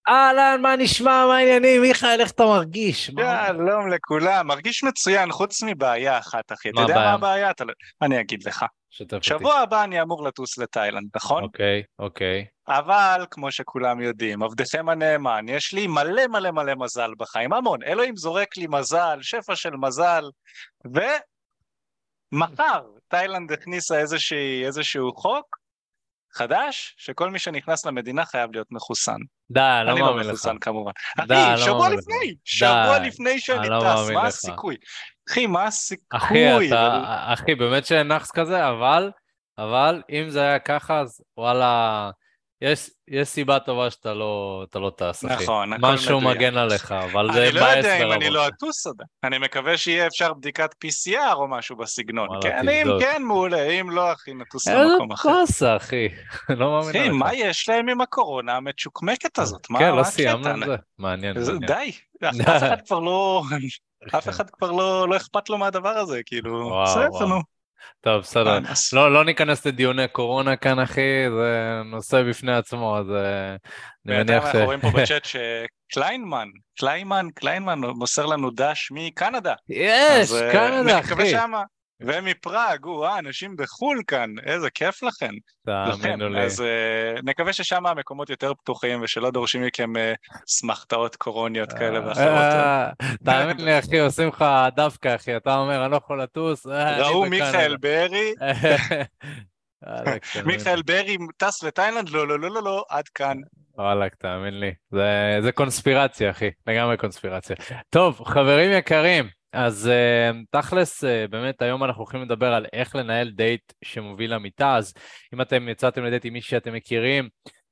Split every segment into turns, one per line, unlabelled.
אהלן, מה נשמע, מה העניינים? מיכאל, איך אתה מרגיש? מה אומר?
שלום לכולם, מרגיש מצוין, חוץ מבעיה אחת, אחי. אתה
מה
יודע מה
הבעיה?
הבעיה? אני אגיד לך.
שתף אותי.
שבוע הבא אני אמור לטוס לתאילנד, נכון?
אוקיי, אוקיי.
אבל, כמו שכולם יודעים, עבדכם הנאמן, יש לי מלא מלא מלא מזל בחיים, המון. אלוהים זורק לי מזל, שפע של מזל, ומחר תאילנד הכניסה איזשהו חוק חדש, שכל מי שנכנס למדינה חייב להיות מחוסן.
די, אני לא
אני לא
מאמין לך.
מחוסן כמובן.
די,
אחי,
אני לא מאמין לך. די,
שבוע לפני
אני
שאני
לא
טס,
מאמין
מה
לך.
הסיכוי? אחי, מה
אחי,
הסיכוי?
אחי, באמת שאין נאחס כזה, אבל אם זה היה ככה, אז וואלה, יש סיבה טובה שאתה לא טס, אחי.
נכון, הכל
משהו
מדויק.
מגן עליך, אבל זה
אני לא
מבאס
יודע אם אני
ברמות.
לא אטוס עדיין. אני מקווה שיהיה אפשר בדיקת PCR או משהו בסגנון.
וואלה,
כן, אם
תבדוק.
כן, מעולה, אם לא, אחי, נטוס
איזה
למקום אחר.
באסה, אחי. לא מאמין
אחי,
עליך.
מה יש להם עם הקורונה המצ'וקמקת הזאת?
כן, לא
מה
סיימנו
הקטע?
עם זה. מעניין, מעניין.
די, אף אחד כבר לא... אף אחד כבר לא אכפת לו מהדבר הזה, כאילו,
וואו,
בסדר,
וואו.
נו,
טוב,
מה
בסדר.
נעשה?
לא ניכנס לדיוני קורונה כאן, אחי, זה נושא בפני עצמו, אז אני
בינתיים
מניח ש...
אנחנו רואים פה בצ'אט שקליינמן מוסר לנו דש מקנדה. אז
יש, קנדה,
נקווה
אחי.
שמה. ומפראג, אנשים בחול כאן, איזה כיף לכם.
תאמינו לי.
אז נקווה ששם המקומות יותר פתוחים ושלא דורשים מכם סמכתאות קורוניות כאלה ואחרות.
תאמין לי, אחי, עושים לך דווקא, אחי. אתה אומר, אני לא יכול לטוס, אני
ראו
בקנדה.
מיכאל ברי,
וואלכ, תאמין לי.
מיכאל ברי טס לתאילנד, לא, לא, לא, לא, לא, עד כאן.
וואלכ, תאמין לי. זה קונספירציה, אחי. לגמרי קונספירציה. טוב, חברים יקרים, אז תכלס, באמת היום אנחנו הולכים לדבר על איך לנהל דייט שמוביל למיטה, אז אם אתם יצאתם לדייט עם מישהי שאתם מכירים,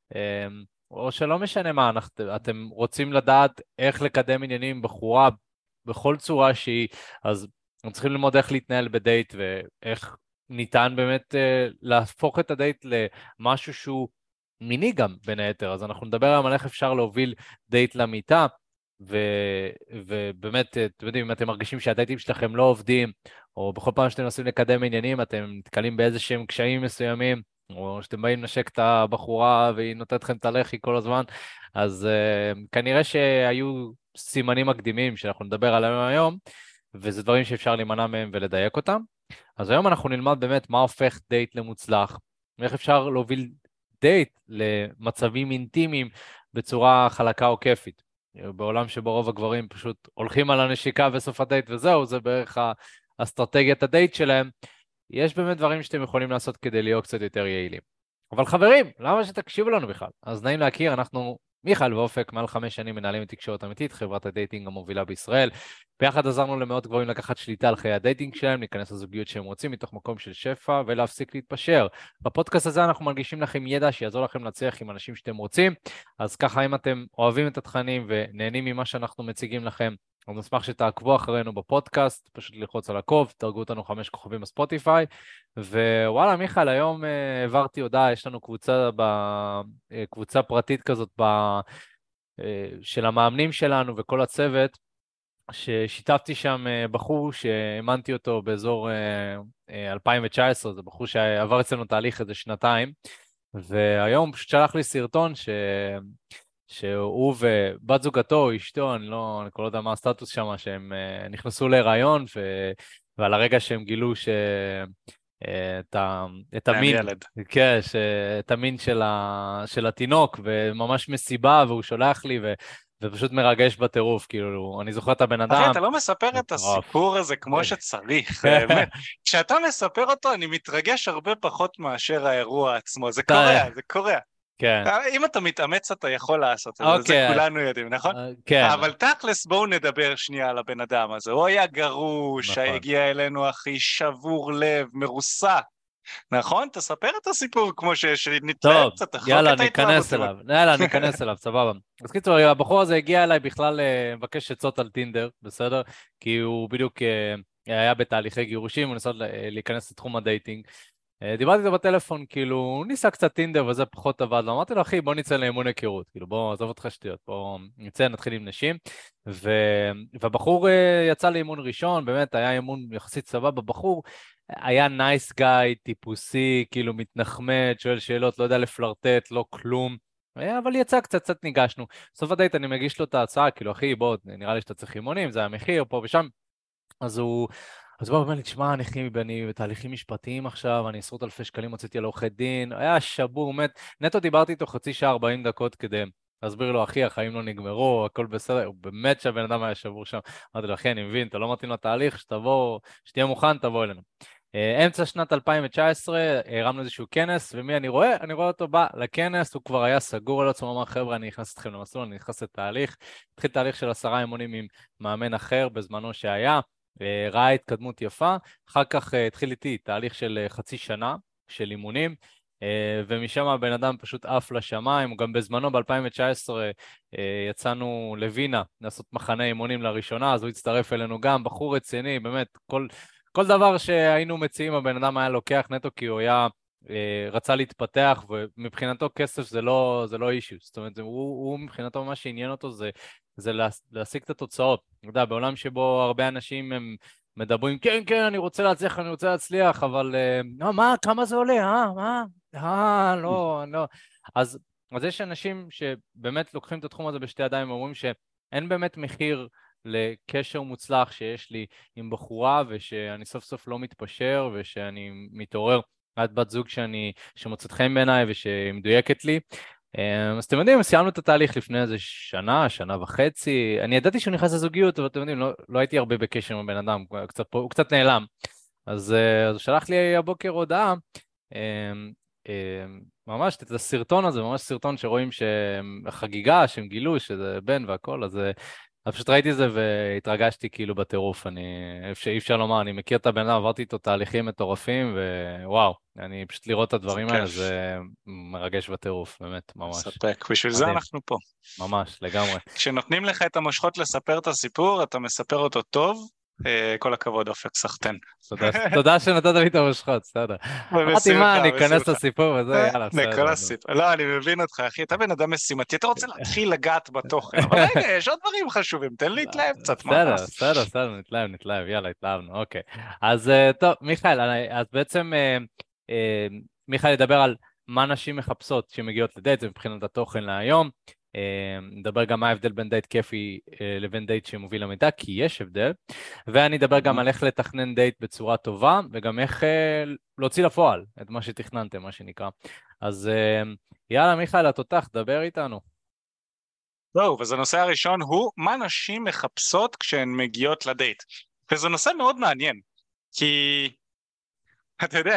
או שלא משנה מה, אתם רוצים לדעת איך לקדם עניינים עם בחורה בכל צורה שהיא, אז אתם צריכים ללמוד איך להתנהל בדייט ואיך ניתן באמת להפוך את הדייט למשהו שהוא מיני גם בין היתר, אז אנחנו נדבר היום על איך אפשר להוביל דייט למיטה, ו... ובאמת, אתם יודעים, אם אתם מרגישים שהדייטים שלכם לא עובדים, או בכל פעם שאתם מנסים לקדם עניינים, אתם נתקלים באיזה שהם קשיים מסוימים, או שאתם באים לנשק את הבחורה והיא נותנת לכם את הלחי כל הזמן, אז כנראה שהיו סימנים מקדימים שאנחנו נדבר עליהם היום, וזה דברים שאפשר להימנע מהם ולדייק אותם. אז היום אנחנו נלמד באמת מה הופך דייט למוצלח, ואיך אפשר להוביל דייט למצבים אינטימיים בצורה חלקה או כיפית. בעולם שבו רוב הגברים פשוט הולכים על הנשיקה בסוף הדייט וזהו, זה בערך אסטרטגיית הדייט שלהם. יש באמת דברים שאתם יכולים לעשות כדי להיות קצת יותר יעילים. אבל חברים, למה שתקשיבו לנו בכלל? אז נעים להכיר, אנחנו מיכל ואופק, מעל 5 שנים מנהלים את תקשורת אמיתית, חברת הדייטינג המובילה בישראל. ביחד עזרנו למאות גברים לקחת שליטה על חיי הדייטינג שלהם, להיכנס לזוגיות שהם רוצים מתוך מקום של שפע ולהפסיק להתפשר. בפודקאסט הזה אנחנו מנגישים לכם ידע שיעזור לכם להצליח עם אנשים שאתם רוצים, אז ככה אם אתם אוהבים את התכנים ונהנים ממה שאנחנו מציגים לכם, אז נשמח שתעקבו אחרינו בפודקאסט, פשוט ללחוץ על עקוב, תדרגו אותנו 5 כוכבים בספוטיפיי, ווואלה מיכל, היום העברתי הודעה, יש לנו קבוצה פרטית כזאת של המאמנים שלנו וכל הצוות, ששיתפתי שם בחור שהאמנתי אותו באזור 2019, זה בחור שעבר אצלנו תהליך איזה שנתיים, והיום הוא פשוט שלח לי סרטון שהוא ובת זוגתו, אשתו, אני כבר לא יודע מה הסטטוס שם, שהם נכנסו להיריון, ועל הרגע שהם גילו את
להם
המין,
ילד.
כן, את המין של התינוק, וממש מסיבה, והוא שולח לי, ופשוט מרגש בטירוף, כאילו, אני זוכר את הבן
אחי,
אדם,
אתה לא מספר את
מטורף.
הסיפור הזה כמו שצריך, באמת. כשאתה מספר אותו, אני מתרגש הרבה פחות מאשר האירוע עצמו. זה
אתה,
קורע, זה קורע.
כן,
אם אתה מתאמץ, אתה יכול לעשות את זה, זה
אוקיי,
כולנו יודעים, נכון?
כן,
אבל תכלס, בואו נדבר שנייה על הבן אדם הזה. הוא היה גרוש,
נכון.
הגיע אלינו אחי שבור לב, מרוסק, נכון? תספר את הסיפור כמו שנתלהב
טוב,
קצת, תחלוק
יאללה,
את
ניכנס
ההתלהבות.
אליו. יאללה, ניכנס אליו, סבבה. אז קיצור, הבחור הזה הגיע אליי בכלל לבקש עצות על טינדר, בסדר? כי הוא בדיוק היה בתהליכי גירושים, הוא ניסה להיכנס לתחום הדייטינג. דיברתי איתו בטלפון, כאילו, הוא ניסה קצת טינדר וזה פחות עבד לו. אמרתי לו, אחי, בוא נצא לאימון היכרות. כאילו, בוא, עזוב אותך שטויות, בוא נצא, נתחיל עם נשים. ו... והבחור יצא לאימון ראשון, באמת, היה אימון יחסית סבבה. בחור היה נייס גאי, טיפוסי, כאילו מתנחמד, שואל שאלות, לא יודע לפלרטט, לא כלום. אבל יצא קצת ניגשנו. בסוף הדייט אני מגיש לו את ההצעה, כאילו, אחי, בוא, נראה לי שאתה צריך אימונים, זה המחיר, פה ושם. אז הוא... אז הוא אומר לי, תשמע, אני בתהליכים משפטיים עכשיו, אני עשרות אלפי שקלים הוצאתי על עורכי דין, היה שבור, מת. נטו דיברתי איתו חצי שעה, 40 דקות כדי להסביר לו, אחי, החיים לא נגמרו, הכל בסדר, הוא באמת שהבן אדם היה שבור שם. אמרתי לו, אחי, אני מבין, אתה לא מתאים לתהליך, שתהיה מוכן, תבוא אלינו. אמצע שנת 2019, הרמנו איזשהו כנס, ומי אני רואה? אני רואה אותו בא לכנס, הוא כבר היה סגור על עצמו, הוא אמר, חבר'ה, אני נכנס אתכם למסלול, אני נכנס לתהליך. התחיל תהליך של 10 אימונים עם מאמן אחר בזמנו שהיה. ראה התקדמות יפה, אחר כך התחיל איתי תהליך של חצי שנה של אימונים, ומשם הבן אדם פשוט עף לשמיים. גם בזמנו ב-2019 יצאנו לווינה לעשות מחנה אימונים לראשונה, אז הוא הצטרף אלינו גם, בחור רציני, באמת, כל דבר שהיינו מציעים הבן אדם היה לוקח נטו, כי הוא היה... רצה להתפתח, ומבחינתו כסף זה לא אישיו, זאת אומרת, הוא מבחינתו מה שעניין אותו זה להשיג את התוצאות. אתה יודע, בעולם שבו הרבה אנשים הם מדברים, כן, כן, אני רוצה להצליח, אני רוצה להצליח, אבל מה, כמה זה עולה, מה? לא, לא. אז יש אנשים שבאמת לוקחים את התחום הזה בשתי ידיים, ואומרים שאין באמת מחיר לקשר מוצלח שיש לי עם בחורה, ושאני סוף סוף לא מתפשר, ושאני מתעורר עד בת זוג שמוצאת חן בעיניי ושהיא מדויקת לי. אז אתם יודעים, סיימנו את התהליך לפני איזה שנה וחצי. אני ידעתי שהוא נכנס לזוגיות, אבל אתם יודעים, לא הייתי הרבה בקשר עם הבן אדם, הוא קצת נעלם. אז הוא שלח לי הבוקר הודעה, ממש את הסרטון הזה, ממש סרטון שרואים שהחגיגה, שהם גילו שזה בן והכל, אז פשוט ראיתי את זה והתרגשתי כאילו בטירוף. אי אפשר לומר, אני מכיר את הבן אדם, עברתי איתו תהליכים מטורפים, ווואו, פשוט לראות את
זה
הדברים האלה,
כיף.
זה מרגש בטירוף, באמת, ממש.
מספק, בשביל זה
מדהים,
אנחנו פה.
ממש, לגמרי.
כשנותנים לך את המושכות לספר את הסיפור, אתה מספר אותו טוב, כל הכבוד אופק סחטן.
תודה שנתת לי את המושכות, בסדר. אמרתי, מה,
בשמחה,
אני אכנס
בשמחה.
לסיפור וזה, יאללה,
לכל
בסדר.
הסיפור. לא, אני מבין אותך, אחי, אתה בן אדם משימתי, אתה רוצה להתחיל לגעת בתוכן, אבל רגע, יש עוד דברים חשובים, תן לי להתלהב קצת, מה?
בסדר, נתלהב, יאללה, התלהבנו, אוקיי. אז טוב, מיכאל, אז בעצם מיכאל ידבר על מה נשים מחפשות שמגיעות לדייט, זה מבחינת התוכן להיום. נדבר גם מה ההבדל בין דייט כיפי לבין דייט שמוביל למידע, כי יש הבדל, ואני אדבר גם על איך לתכנן דייט בצורה טובה, וגם איך להוציא לפועל את מה שתכננתם, מה שנקרא. אז יאללה, מיכאל, התותח, דבר איתנו.
זהו, אז הנושא הראשון הוא מה נשים מחפשות כשהן מגיעות לדייט. וזה נושא מאוד מעניין, כי אתה יודע,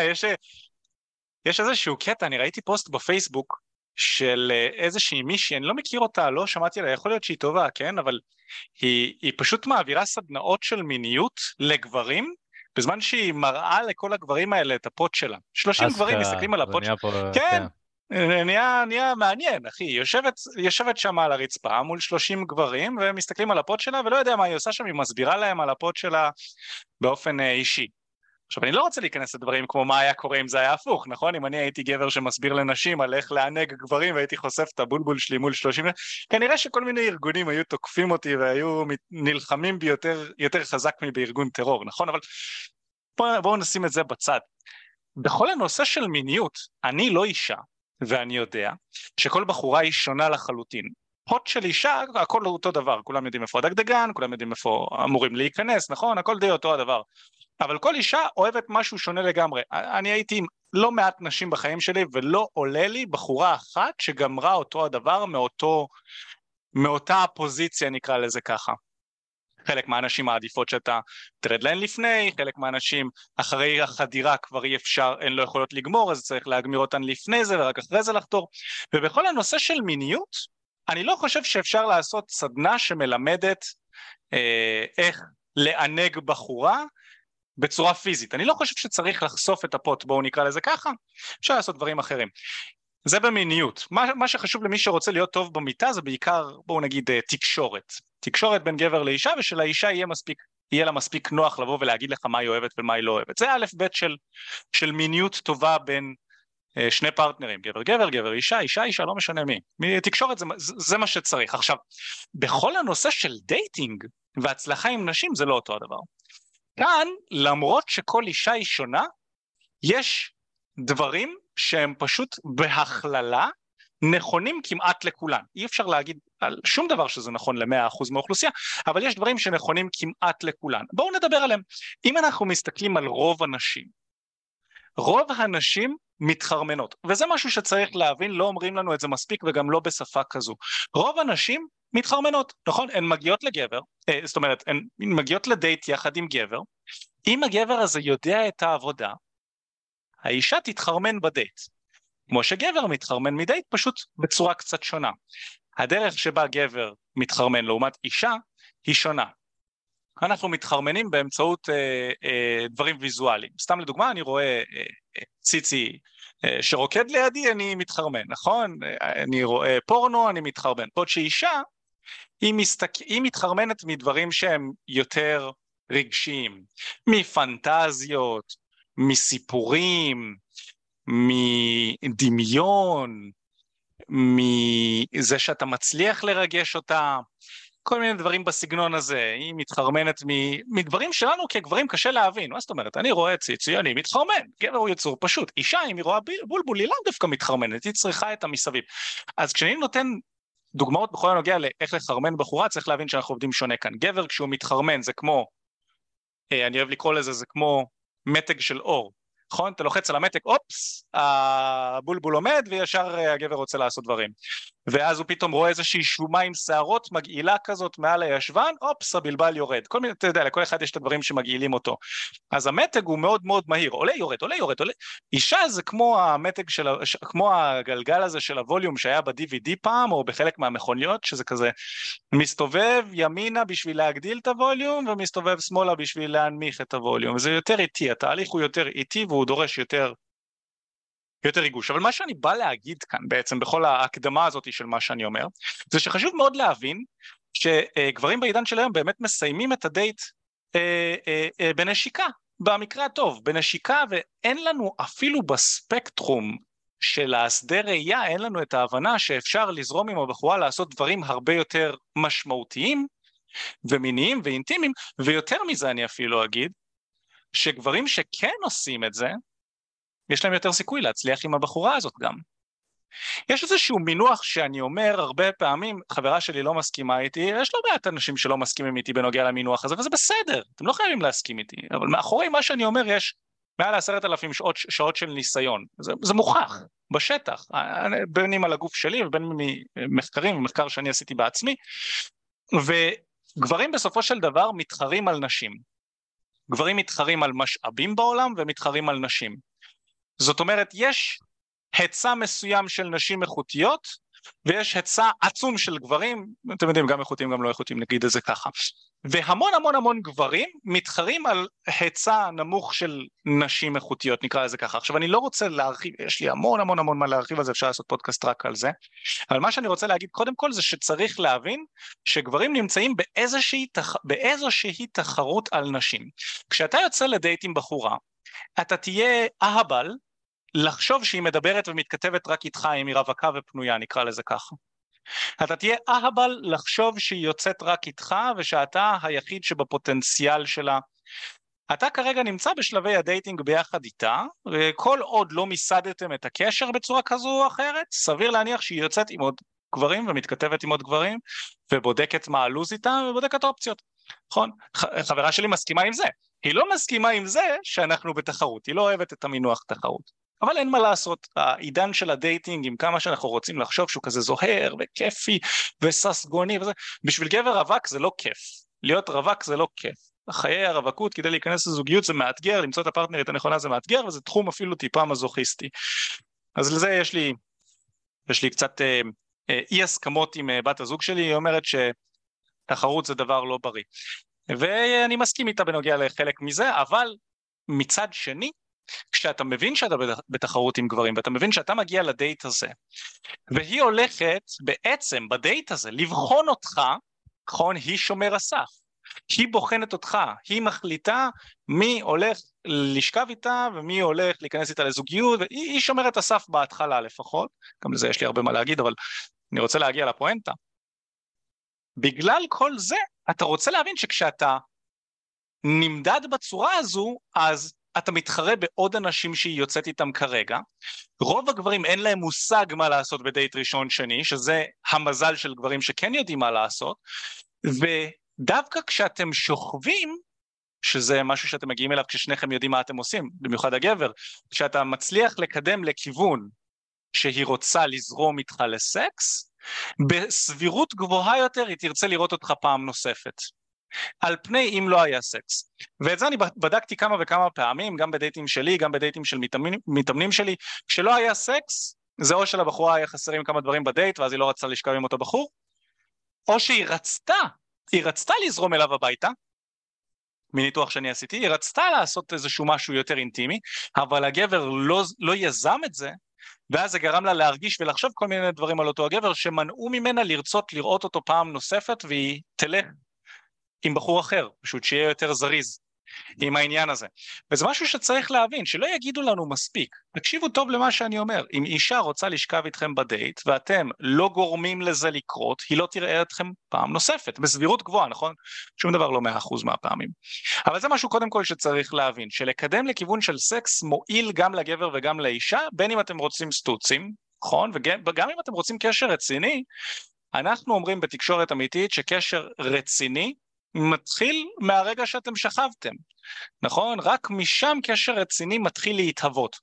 יש איזשהו קטע, אני ראיתי פוסט בפייסבוק של איזושהי מישהי, אני לא מכיר אותה, לא שמעתי עליה, יכול להיות שהיא טובה, כן? אבל היא פשוט מעבירה סדנאות של מיניות לגברים, בזמן שהיא מראה לכל הגברים האלה את הפוט שלה. 30 גברים
אשכרה,
מסתכלים על
זה
הפוט שלה.
נהיה פה,
כן,
כן.
נהיה מעניין, אחי. יושבת שם על הרצפה מול 30 גברים, ומסתכלים על הפוט שלה, ולא יודע מה היא עושה שם, היא מסבירה להם על הפוט שלה באופן אישי. עכשיו, אני לא רוצה להיכנס לדברים כמו מה היה קורה אם זה היה הפוך, נכון? אם אני הייתי גבר שמסביר לנשים על איך לענג גברים והייתי חושף את הבולבול שלי מול 30, כנראה שכל מיני ארגונים היו תוקפים אותי והיו נלחמים בי יותר חזק מבארגון טרור, נכון? אבל בואו נשים את זה בצד. בכל הנושא של מיניות, אני לא אישה, ואני יודע שכל בחורה היא שונה לחלוטין. פוט של אישה, הכל אותו דבר, כולם יודעים איפה הדגדגן, כולם יודעים איפה אמורים להיכנס, נכון? הכל די אותו הדבר. אבל כל אישה אוהבת משהו שונה לגמרי. אני הייתי עם לא מעט נשים בחיים שלי, ולא עולה לי בחורה אחת שגמרה אותו הדבר מאותה הפוזיציה, נקרא לזה ככה. חלק מהאנשים מעדיפות שאתה תרד להן לפני, חלק מהאנשים אחרי החדירה כבר אי אפשר, הן לא יכולות לגמור, אז צריך להגמיר אותן לפני זה ורק אחרי זה לחתור. ובכל הנושא של מיניות, אני לא חושב שאפשר לעשות סדנה שמלמדת איך לענג בחורה, בצורה פיזית. אני לא חושב שצריך לחשוף את הפוט, בואו נקרא לזה ככה, אפשר לעשות דברים אחרים. זה במיניות. מה שחשוב למי שרוצה להיות טוב במיטה, זה בעיקר, בואו נגיד, תקשורת. תקשורת בין גבר לאישה, ושלאישה יהיה לה מספיק נוח לבוא ולהגיד לך מה היא אוהבת ומה היא לא אוהבת. זה א' ב' של מיניות טובה בין שני פרטנרים, גבר גבר, גבר אישה, אישה אישה, לא משנה מי. תקשורת זה מה שצריך. עכשיו, בכל הנושא של דייטינג והצלחה עם נשים, זה לא אותו הדבר. כאן, למרות שכל אישה היא שונה, יש דברים שהם פשוט בהכללה נכונים כמעט לכולן. אי אפשר להגיד על שום דבר שזה נכון ל100% מהאוכלוסייה, אבל יש דברים שנכונים כמעט לכולן. בואו נדבר עליהם. אם אנחנו מסתכלים על רוב הנשים מתחרמנות, וזה משהו שצריך להבין, לא אומרים לנו את זה מספיק וגם לא בשפה כזו. רוב הנשים מתחרמנות, נכון? הן מגיעות לגבר, זאת אומרת, הן מגיעות לדייט יחד עם גבר, אם הגבר הזה יודע את העבודה, האישה תתחרמן בדייט. כמו שגבר מתחרמן מדייט, פשוט בצורה קצת שונה. הדרך שבה גבר מתחרמן לעומת אישה היא שונה. אנחנו מתחרמנים באמצעות דברים ויזואליים. סתם לדוגמה, אני רואה ציצי שרוקד לידי, אני מתחרמן, נכון? אני רואה פורנו, אני מתחרמן. עוד שאישה, היא מתחרמנת מדברים שהם יותר רגשיים, מפנטזיות, מסיפורים, מדמיון, מזה שאתה מצליח לרגש אותה, כל מיני דברים בסגנון הזה. היא מתחרמנת מדברים שלנו כגברים קשה להבין. מה זאת אומרת? אני רואה ציצי, אני מתחרמן. גבר הוא יצור פשוט. אישה, אם היא רואה בולבול, היא לא דווקא מתחרמנת, היא צריכה את המסביב. אז כשאני נותן דוגמאות בכל הנוגע לאיך לחרמן בחורה, צריך להבין שאנחנו עובדים שונה כאן. גבר כשהוא מתחרמן זה כמו, אני אוהב לקרוא לזה, זה כמו מתג של אור. נכון? אתה לוחץ על המתג, אופס, הבולבול עומד וישר הגבר רוצה לעשות דברים. ואז הוא פתאום רואה איזושהי שומה עם שערות מגעילה כזאת מעל הישבן, אופס, הבלבל יורד. כל מיני, אתה יודע, לכל אחד יש את הדברים שמגעילים אותו. אז המתג הוא מאוד מאוד מהיר, עולה יורד, עולה יורד, עולה. אישה זה כמו המתג של, כמו הגלגל הזה של הווליום שהיה ב-DVD פעם, או בחלק מהמכוניות, שזה כזה מסתובב ימינה בשביל להגדיל את הווליום, ומסתובב שמאלה בשביל להנמיך את הווליום. וזה יותר איטי, התהליך הוא יותר איטי, והוא דורש יותר ריגוש. אבל מה שאני בא להגיד כאן בעצם בכל ההקדמה הזאת של מה שאני אומר, זה שחשוב מאוד להבין שגברים בעידן של היום באמת מסיימים את הדייט בנשיקה, במקרה הטוב, בנשיקה, ואין לנו אפילו בספקטרום של השדה ראייה, אין לנו את ההבנה שאפשר לזרום עם הבחורה לעשות דברים הרבה יותר משמעותיים ומיניים ואינטימיים, ויותר מזה אני אפילו אגיד, שגברים שכן עושים את זה, יש להם יותר סיכוי להצליח עם הבחורה הזאת גם. יש איזשהו מינוח שאני אומר הרבה פעמים, חברה שלי לא מסכימה איתי, יש לא מעט אנשים שלא מסכימים איתי בנוגע למינוח הזה, וזה בסדר, אתם לא חייבים להסכים איתי, אבל מאחורי מה שאני אומר יש מעל 10,000 שעות של ניסיון, זה מוכח, בשטח, בין על הגוף שלי ובין ממחקרים, מחקר שאני עשיתי בעצמי, וגברים בסופו של דבר מתחרים על נשים, גברים מתחרים על משאבים בעולם ומתחרים על נשים, זאת אומרת יש היצע מסוים של נשים איכותיות, ויש היצע עצום של גברים, אתם יודעים, גם איכותיים גם לא איכותיים, נגיד את זה ככה, והמון המון המון גברים מתחרים על היצע נמוך של נשים איכותיות, נקרא לזה ככה. עכשיו אני לא רוצה להרחיב, יש לי המון המון המון מה להרחיב על זה, אפשר לעשות פודקאסט רק על זה, אבל מה שאני רוצה להגיד קודם כל זה שצריך להבין שגברים נמצאים באיזושהי תחרות על נשים. כשאתה יוצא לדייט עם בחורה, אתה תהיה אהבל, לחשוב שהיא מדברת ומתכתבת רק איתך, אם היא רווקה ופנויה, נקרא לזה ככה. אתה תהיה אהבל לחשוב שהיא יוצאת רק איתך, ושאתה היחיד שבפוטנציאל שלה. אתה כרגע נמצא בשלבי הדייטינג ביחד איתה, וכל עוד לא מיסדתם את הקשר בצורה כזו או אחרת, סביר להניח שהיא יוצאת עם עוד גברים, ומתכתבת עם עוד גברים, ובודקת מה הלוז איתה, ובודקת אופציות. נכון? חברה שלי מסכימה עם זה. היא לא מסכימה עם זה שאנחנו בתחרות, היא לא אוהבת את המינוח תחרות. אבל אין מה לעשות, העידן של הדייטינג, עם כמה שאנחנו רוצים לחשוב שהוא כזה זוהר וכיפי וססגוני וזה, בשביל גבר רווק זה לא כיף, להיות רווק זה לא כיף, חיי הרווקות כדי להיכנס לזוגיות זה מאתגר, למצוא את הפרטנרית הנכונה זה מאתגר, וזה תחום אפילו טיפה מזוכיסטי. אז לזה יש לי קצת אי הסכמות עם בת הזוג שלי, היא אומרת שתחרות זה דבר לא בריא, ואני מסכים איתה בנוגע לחלק מזה, אבל מצד שני, כשאתה מבין שאתה בתחרות עם גברים, ואתה מבין שאתה מגיע לדייט הזה, והיא הולכת בעצם בדייט הזה לבחון אותך, נכון, היא שומר הסף, היא בוחנת אותך, היא מחליטה מי הולך לשכב איתה, ומי הולך להיכנס איתה לזוגיות, והיא שומרת הסף בהתחלה לפחות, גם לזה יש לי הרבה מה להגיד, אבל אני רוצה להגיע לפואנטה. בגלל כל זה, אתה רוצה להבין שכשאתה נמדד בצורה הזו, אז אתה מתחרה בעוד אנשים שהיא יוצאת איתם כרגע, רוב הגברים אין להם מושג מה לעשות בדייט ראשון שני, שזה המזל של גברים שכן יודעים מה לעשות, ודווקא כשאתם שוכבים, שזה משהו שאתם מגיעים אליו כששניכם יודעים מה אתם עושים, במיוחד הגבר, כשאתה מצליח לקדם לכיוון שהיא רוצה לזרום איתך לסקס, בסבירות גבוהה יותר היא תרצה לראות אותך פעם נוספת, על פני אם לא היה סקס. ואת זה אני בדקתי כמה וכמה פעמים, גם בדייטים שלי, גם בדייטים של מתאמנים שלי, כשלא היה סקס, זה או שלבחורה היה חסרים כמה דברים בדייט, ואז היא לא רצתה לשכב עם אותו בחור, או שהיא רצתה לזרום אליו הביתה, מניתוח שאני עשיתי, היא רצתה לעשות איזשהו משהו יותר אינטימי, אבל הגבר לא יזם את זה, ואז זה גרם לה להרגיש ולחשוב כל מיני דברים על אותו הגבר, שמנעו ממנה לרצות לראות אותו פעם נוספת, והיא תלך עם בחור אחר, פשוט שיהיה יותר זריז עם העניין הזה. וזה משהו שצריך להבין, שלא יגידו לנו מספיק. תקשיבו טוב למה שאני אומר, אם אישה רוצה לשכב איתכם בדייט, ואתם לא גורמים לזה לקרות, היא לא תראה אתכם פעם נוספת, בסבירות גבוהה, נכון? שום דבר לא 100% מהפעמים. אבל זה משהו קודם כל שצריך להבין, שלקדם לכיוון של סקס מועיל גם לגבר וגם לאישה, בין אם אתם רוצים סטוצים, נכון? וגם אם אתם רוצים קשר רציני, אנחנו אומרים בתקשורת אמיתית שקשר רציני מתחיל מהרגע שאתם שכבתם, נכון? רק משם קשר רציני מתחיל להתהוות.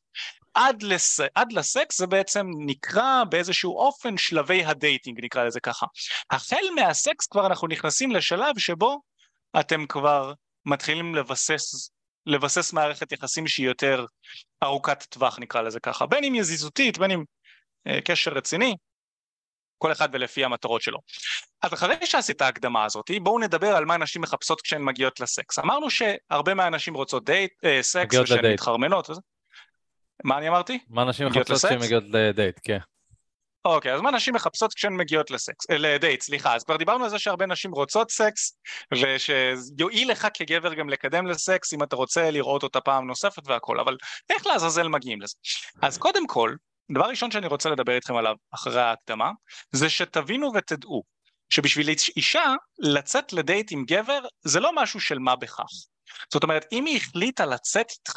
עד לסקס זה בעצם נקרא באיזשהו אופן שלבי הדייטינג, נקרא לזה ככה. החל מהסקס כבר אנחנו נכנסים לשלב שבו אתם כבר מתחילים לבסס מערכת יחסים שהיא יותר ארוכת טווח, נקרא לזה ככה. בין אם יזיזותית, בין אם קשר רציני, כל אחד ולפי המטרות שלו. אז אחרי שעשית ההקדמה הזאת, בואו נדבר על מה נשים מחפשות כשהן מגיעות לסקס. אמרנו שהרבה מהנשים רוצות סקס ושהן מתחרמנות. מה אני אמרתי?
מה נשים מחפשות כשהן מגיעות לדייט, כן.
אוקיי, אז מה נשים מחפשות כשהן מגיעות לדייט, סליחה. אז כבר דיברנו על זה שהרבה נשים רוצות סקס, ושיועיל לך כגבר גם לקדם לסקס, אם אתה רוצה לראות אותה פעם נוספת והכל, אבל איך לעזאזל מגיעים לזה? אז קודם כל, דבר ראשון שאני רוצה לדבר איתכם עליו אחרי ההקדמה, זה שתבינו ותדעו, שבשביל אישה לצאת לדייט עם גבר, זה לא משהו של מה בכך. זאת אומרת, אם היא החליטה לצאת איתך,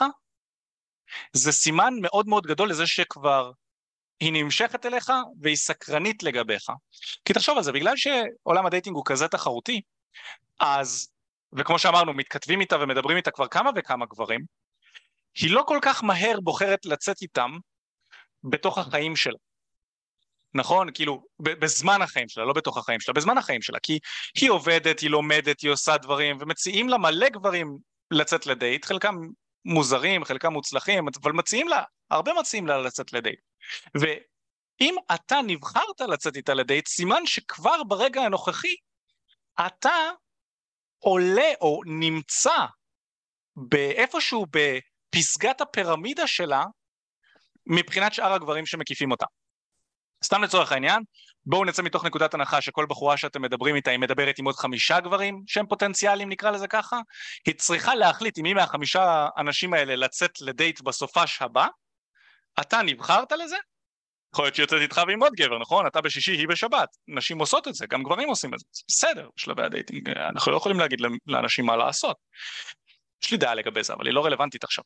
זה סימן מאוד מאוד גדול לזה שכבר היא נמשכת אליך והיא סקרנית לגביך. כי תחשוב על זה, בגלל שעולם הדייטינג הוא כזה תחרותי, אז, וכמו שאמרנו, מתכתבים איתה ומדברים איתה כבר כמה וכמה גברים, היא לא כל כך מהר בוחרת לצאת איתם בתוך החיים שלה. נכון? כאילו, בזמן החיים שלה, לא בתוך החיים שלה, בזמן החיים שלה, כי היא עובדת, היא לומדת, היא עושה דברים, ומציעים לה מלא גברים לצאת לדייט, חלקם מוזרים, חלקם מוצלחים, אבל הרבה מציעים לה לצאת לדייט. ואם אתה נבחרת לצאת איתה לדייט, סימן שכבר ברגע הנוכחי, אתה עולה או נמצא באיפשהו בפסגת הפירמידה שלה, מבחינת שאר הגברים שמקיפים אותה. סתם לצורך העניין, בואו נצא מתוך נקודת הנחה שכל בחורה שאתם מדברים איתה, היא מדברת עם עוד 5 גברים שהם פוטנציאליים, נקרא לזה ככה, היא צריכה להחליט עם מי מה5 אנשים האלה לצאת לדייט בסופש הבא, אתה נבחרת לזה, יכול להיות שיוצאת איתך ועם עוד גבר, נכון? אתה בשישי, היא בשבת, נשים עושות את זה, גם גברים עושים את זה, בסדר, בשלבי הדייטינג, אנחנו לא יכולים להגיד לאנשים מה לעשות, יש לי דעה לגבי זה, אבל היא לא רלוונטית עכשיו.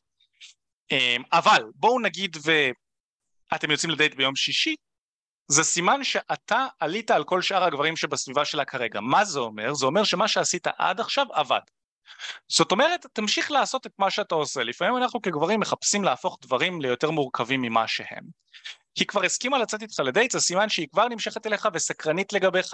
אבל בואו נגיד ואתם יוצאים לדייט ביום שישי, זה סימן שאתה עלית על כל שאר הגברים שבסביבה שלה כרגע. מה זה אומר? זה אומר שמה שעשית עד עכשיו עבד. זאת אומרת, תמשיך לעשות את מה שאתה עושה. לפעמים אנחנו כגברים מחפשים להפוך דברים ליותר מורכבים ממה שהם. היא כבר הסכימה לצאת איתך לדייט, זה סימן שהיא כבר נמשכת אליך וסקרנית לגביך,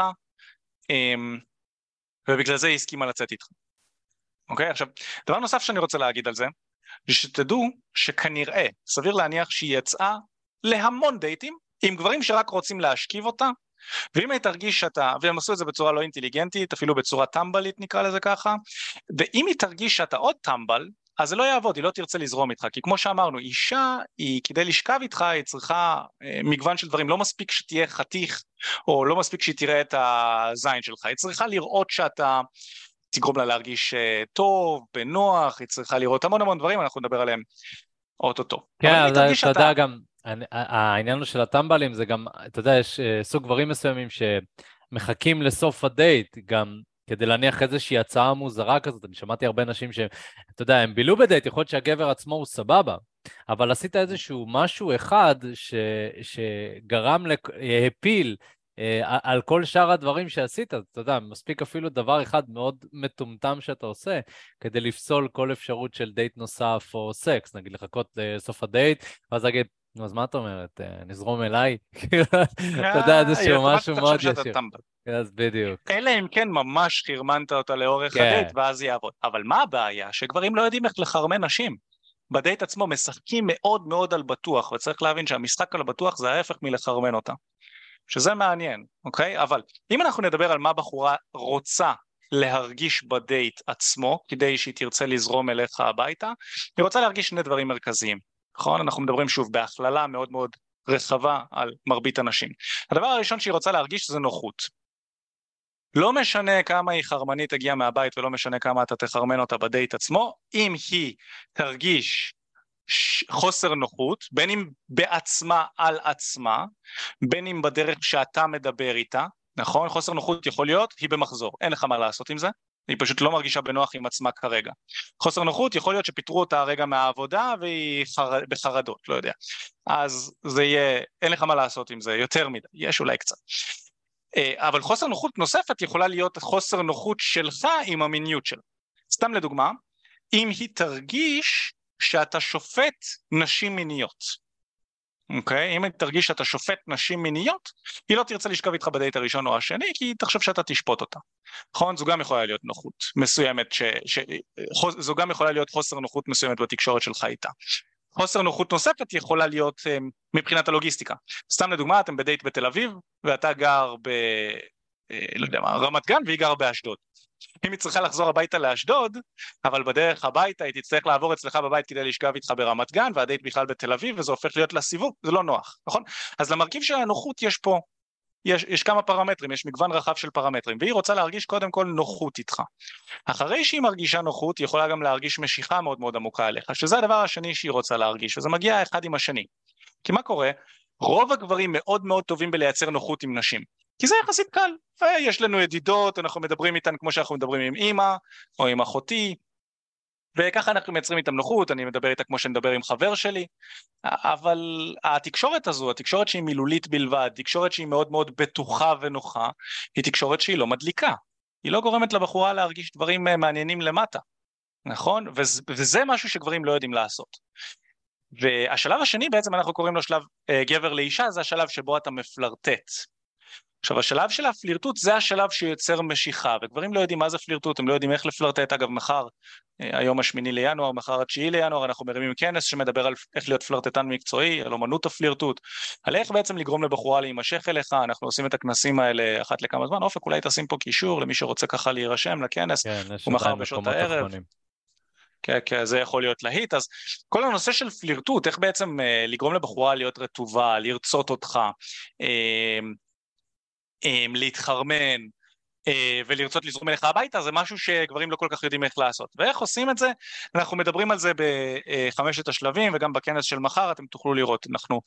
ובגלל זה היא הסכימה לצאת איתך. אוקיי? עכשיו, דבר נוסף שאני רוצה להגיד על זה, זה שתדעו שכנראה, סביר להניח שהיא יצאה להמון דייטים, עם גברים שרק רוצים להשכיב אותה, ואם היא תרגיש שאתה, והם עשו את זה בצורה לא אינטליגנטית, אפילו בצורה טמבלית נקרא לזה ככה, ואם היא תרגיש שאתה עוד טמבל, אז זה לא יעבוד, היא לא תרצה לזרום איתך, כי כמו שאמרנו, אישה, כדי לשכב איתך, היא צריכה מגוון של דברים, לא מספיק שתהיה חתיך, או לא מספיק שהיא תראה את הזין שלך, היא צריכה לראות שאתה תגרום לה להרגיש טוב, בנוח, היא צריכה לראות המון דברים, אנחנו נדבר עליהם אוטוטו.
כן, אז אתה יודע גם, העניין של הטמבלים זה גם, אתה יודע, יש סוג גברים מסוימים שמחכים לסוף הדייט, גם כדי להניח איזושהי הצעה מוזרה כזאת. אני שמעתי הרבה נשים שהם, אתה יודע, הם בילו בדייט, יכול להיות שהגבר עצמו הוא סבבה, אבל עשית איזשהו משהו אחד שגרם, הפיל על כל שאר הדברים שעשית. אתה יודע, מספיק אפילו דבר אחד מאוד מטומטם שאתה עושה, כדי לפסול כל אפשרות של דייט נוסף או סקס, נגיד לחכות לסוף הדייט, ואז להגיד, נו, אז מה את אומרת? נזרום אליי? אתה יודע,
היא
איזשהו
אוטומטית
משהו
תחשוב
מאוד
שאתה
ישיר.
טמבל.
אז בדיוק.
אלא אם כן ממש חרמנת אותה לאורך הדייט,
כן.
ואז יעבוד. אבל מה הבעיה? שגברים לא יודעים איך לחרמן נשים. בדייט עצמו משחקים מאוד מאוד על בטוח, וצריך להבין שהמשחק על הבטוח זה ההפך מלחרמן אותה. שזה מעניין, אוקיי? אבל אם אנחנו נדבר על מה בחורה רוצה להרגיש בדייט עצמו, כדי שהיא תרצה לזרום אליך הביתה, היא רוצה להרגיש שני דברים מרכזיים, נכון? אנחנו מדברים שוב בהכללה מאוד מאוד רחבה על מרבית הנשים. הדבר הראשון שהיא רוצה להרגיש זה נוחות. לא משנה כמה היא חרמנית תגיע מהבית ולא משנה כמה אתה תחרמן אותה בדייט עצמו, אם היא תרגיש חוסר נוחות, בין אם בעצמה על עצמה, בין אם בדרך שאתה מדבר איתה, נכון? חוסר נוחות יכול להיות, היא במחזור, אין לך מה לעשות עם זה, היא פשוט לא מרגישה בנוח עם עצמה כרגע. חוסר נוחות יכול להיות שפיטרו אותה הרגע מהעבודה והיא בחרדות, לא יודע. אז זה יהיה, אין לך מה לעשות עם זה, יותר מדי, יש אולי קצת. אבל חוסר נוחות נוספת יכולה להיות חוסר נוחות שלך עם המיניות שלה. סתם לדוגמה, אם היא תרגיש שאתה שופט נשים מיניות, אוקיי? אם היא תרגיש שאתה שופט נשים מיניות, היא לא תרצה לשכב איתך בדייט הראשון או השני, כי היא תחשוב שאתה תשפוט אותה. נכון? זו גם יכולה להיות נוחות מסוימת, זו גם יכולה להיות חוסר נוחות מסוימת בתקשורת שלך איתה. חוסר נוחות נוספת יכולה להיות מבחינת הלוגיסטיקה. סתם לדוגמה, אתם בדייט בתל אביב, ואתה גר לא יודע מה, רמת גן, והיא גר באשדוד. אם היא צריכה לחזור הביתה לאשדוד, אבל בדרך הביתה היא תצטרך לעבור אצלך בבית כדי לשכב איתך ברמת גן, והדייט בכלל בתל אביב, וזה הופך להיות לסיבוב, זה לא נוח, נכון? אז למרכיב של הנוחות יש פה, יש כמה פרמטרים, יש מגוון רחב של פרמטרים, והיא רוצה להרגיש קודם כל נוחות איתך. אחרי שהיא מרגישה נוחות, היא יכולה גם להרגיש משיכה מאוד מאוד עמוקה אליך, שזה הדבר השני שהיא רוצה להרגיש, וזה מגיע אחד עם השני. כי מה קורה? רוב הגברים מאוד מאוד טובים בלייצר נוחות עם נשים. כי זה יחסית קל, ויש לנו ידידות, אנחנו מדברים איתן כמו שאנחנו מדברים עם אמא, או עם אחותי, וככה אנחנו מייצרים איתם נוחות, אני מדבר איתה כמו שאני מדבר עם חבר שלי, אבל התקשורת הזו, התקשורת שהיא מילולית בלבד, תקשורת שהיא מאוד מאוד בטוחה ונוחה, היא תקשורת שהיא לא מדליקה, היא לא גורמת לבחורה להרגיש דברים מעניינים למטה, נכון? וזה משהו שגברים לא יודעים לעשות. והשלב השני בעצם אנחנו קוראים לו שלב גבר לאישה, זה השלב שבו אתה מפלרטט. עכשיו השלב של הפלירטוט זה השלב שיוצר משיכה, וגברים לא יודעים מה זה פלירטוט, הם לא יודעים איך לפלרטט. אגב מחר, היום השמיני לינואר, מחר התשיעי לינואר, אנחנו מרימים כנס שמדבר על איך להיות פלרטטן מקצועי, על אומנות הפלירטוט, על איך בעצם לגרום לבחורה להימשך אליך. אנחנו עושים את הכנסים האלה אחת לכמה זמן, אופק אולי תשים פה קישור למי שרוצה ככה להירשם לכנס,
כן, יש
ומחר
עדיין
בשעות
מקומות
הערב.
אחרונים.
כן, זה יכול להיות להיט. אז כל הנושא של פלירטוט, איך בעצם לגרום לבחורה להיות רטובה, לרצות אותך, להתחרמן ולרצות לזרום אליך הביתה, זה משהו שגברים לא כל כך יודעים איך לעשות. ואיך עושים את זה? אנחנו מדברים על זה בחמשת השלבים, וגם בכנס של מחר אתם תוכלו לראות. אנחנו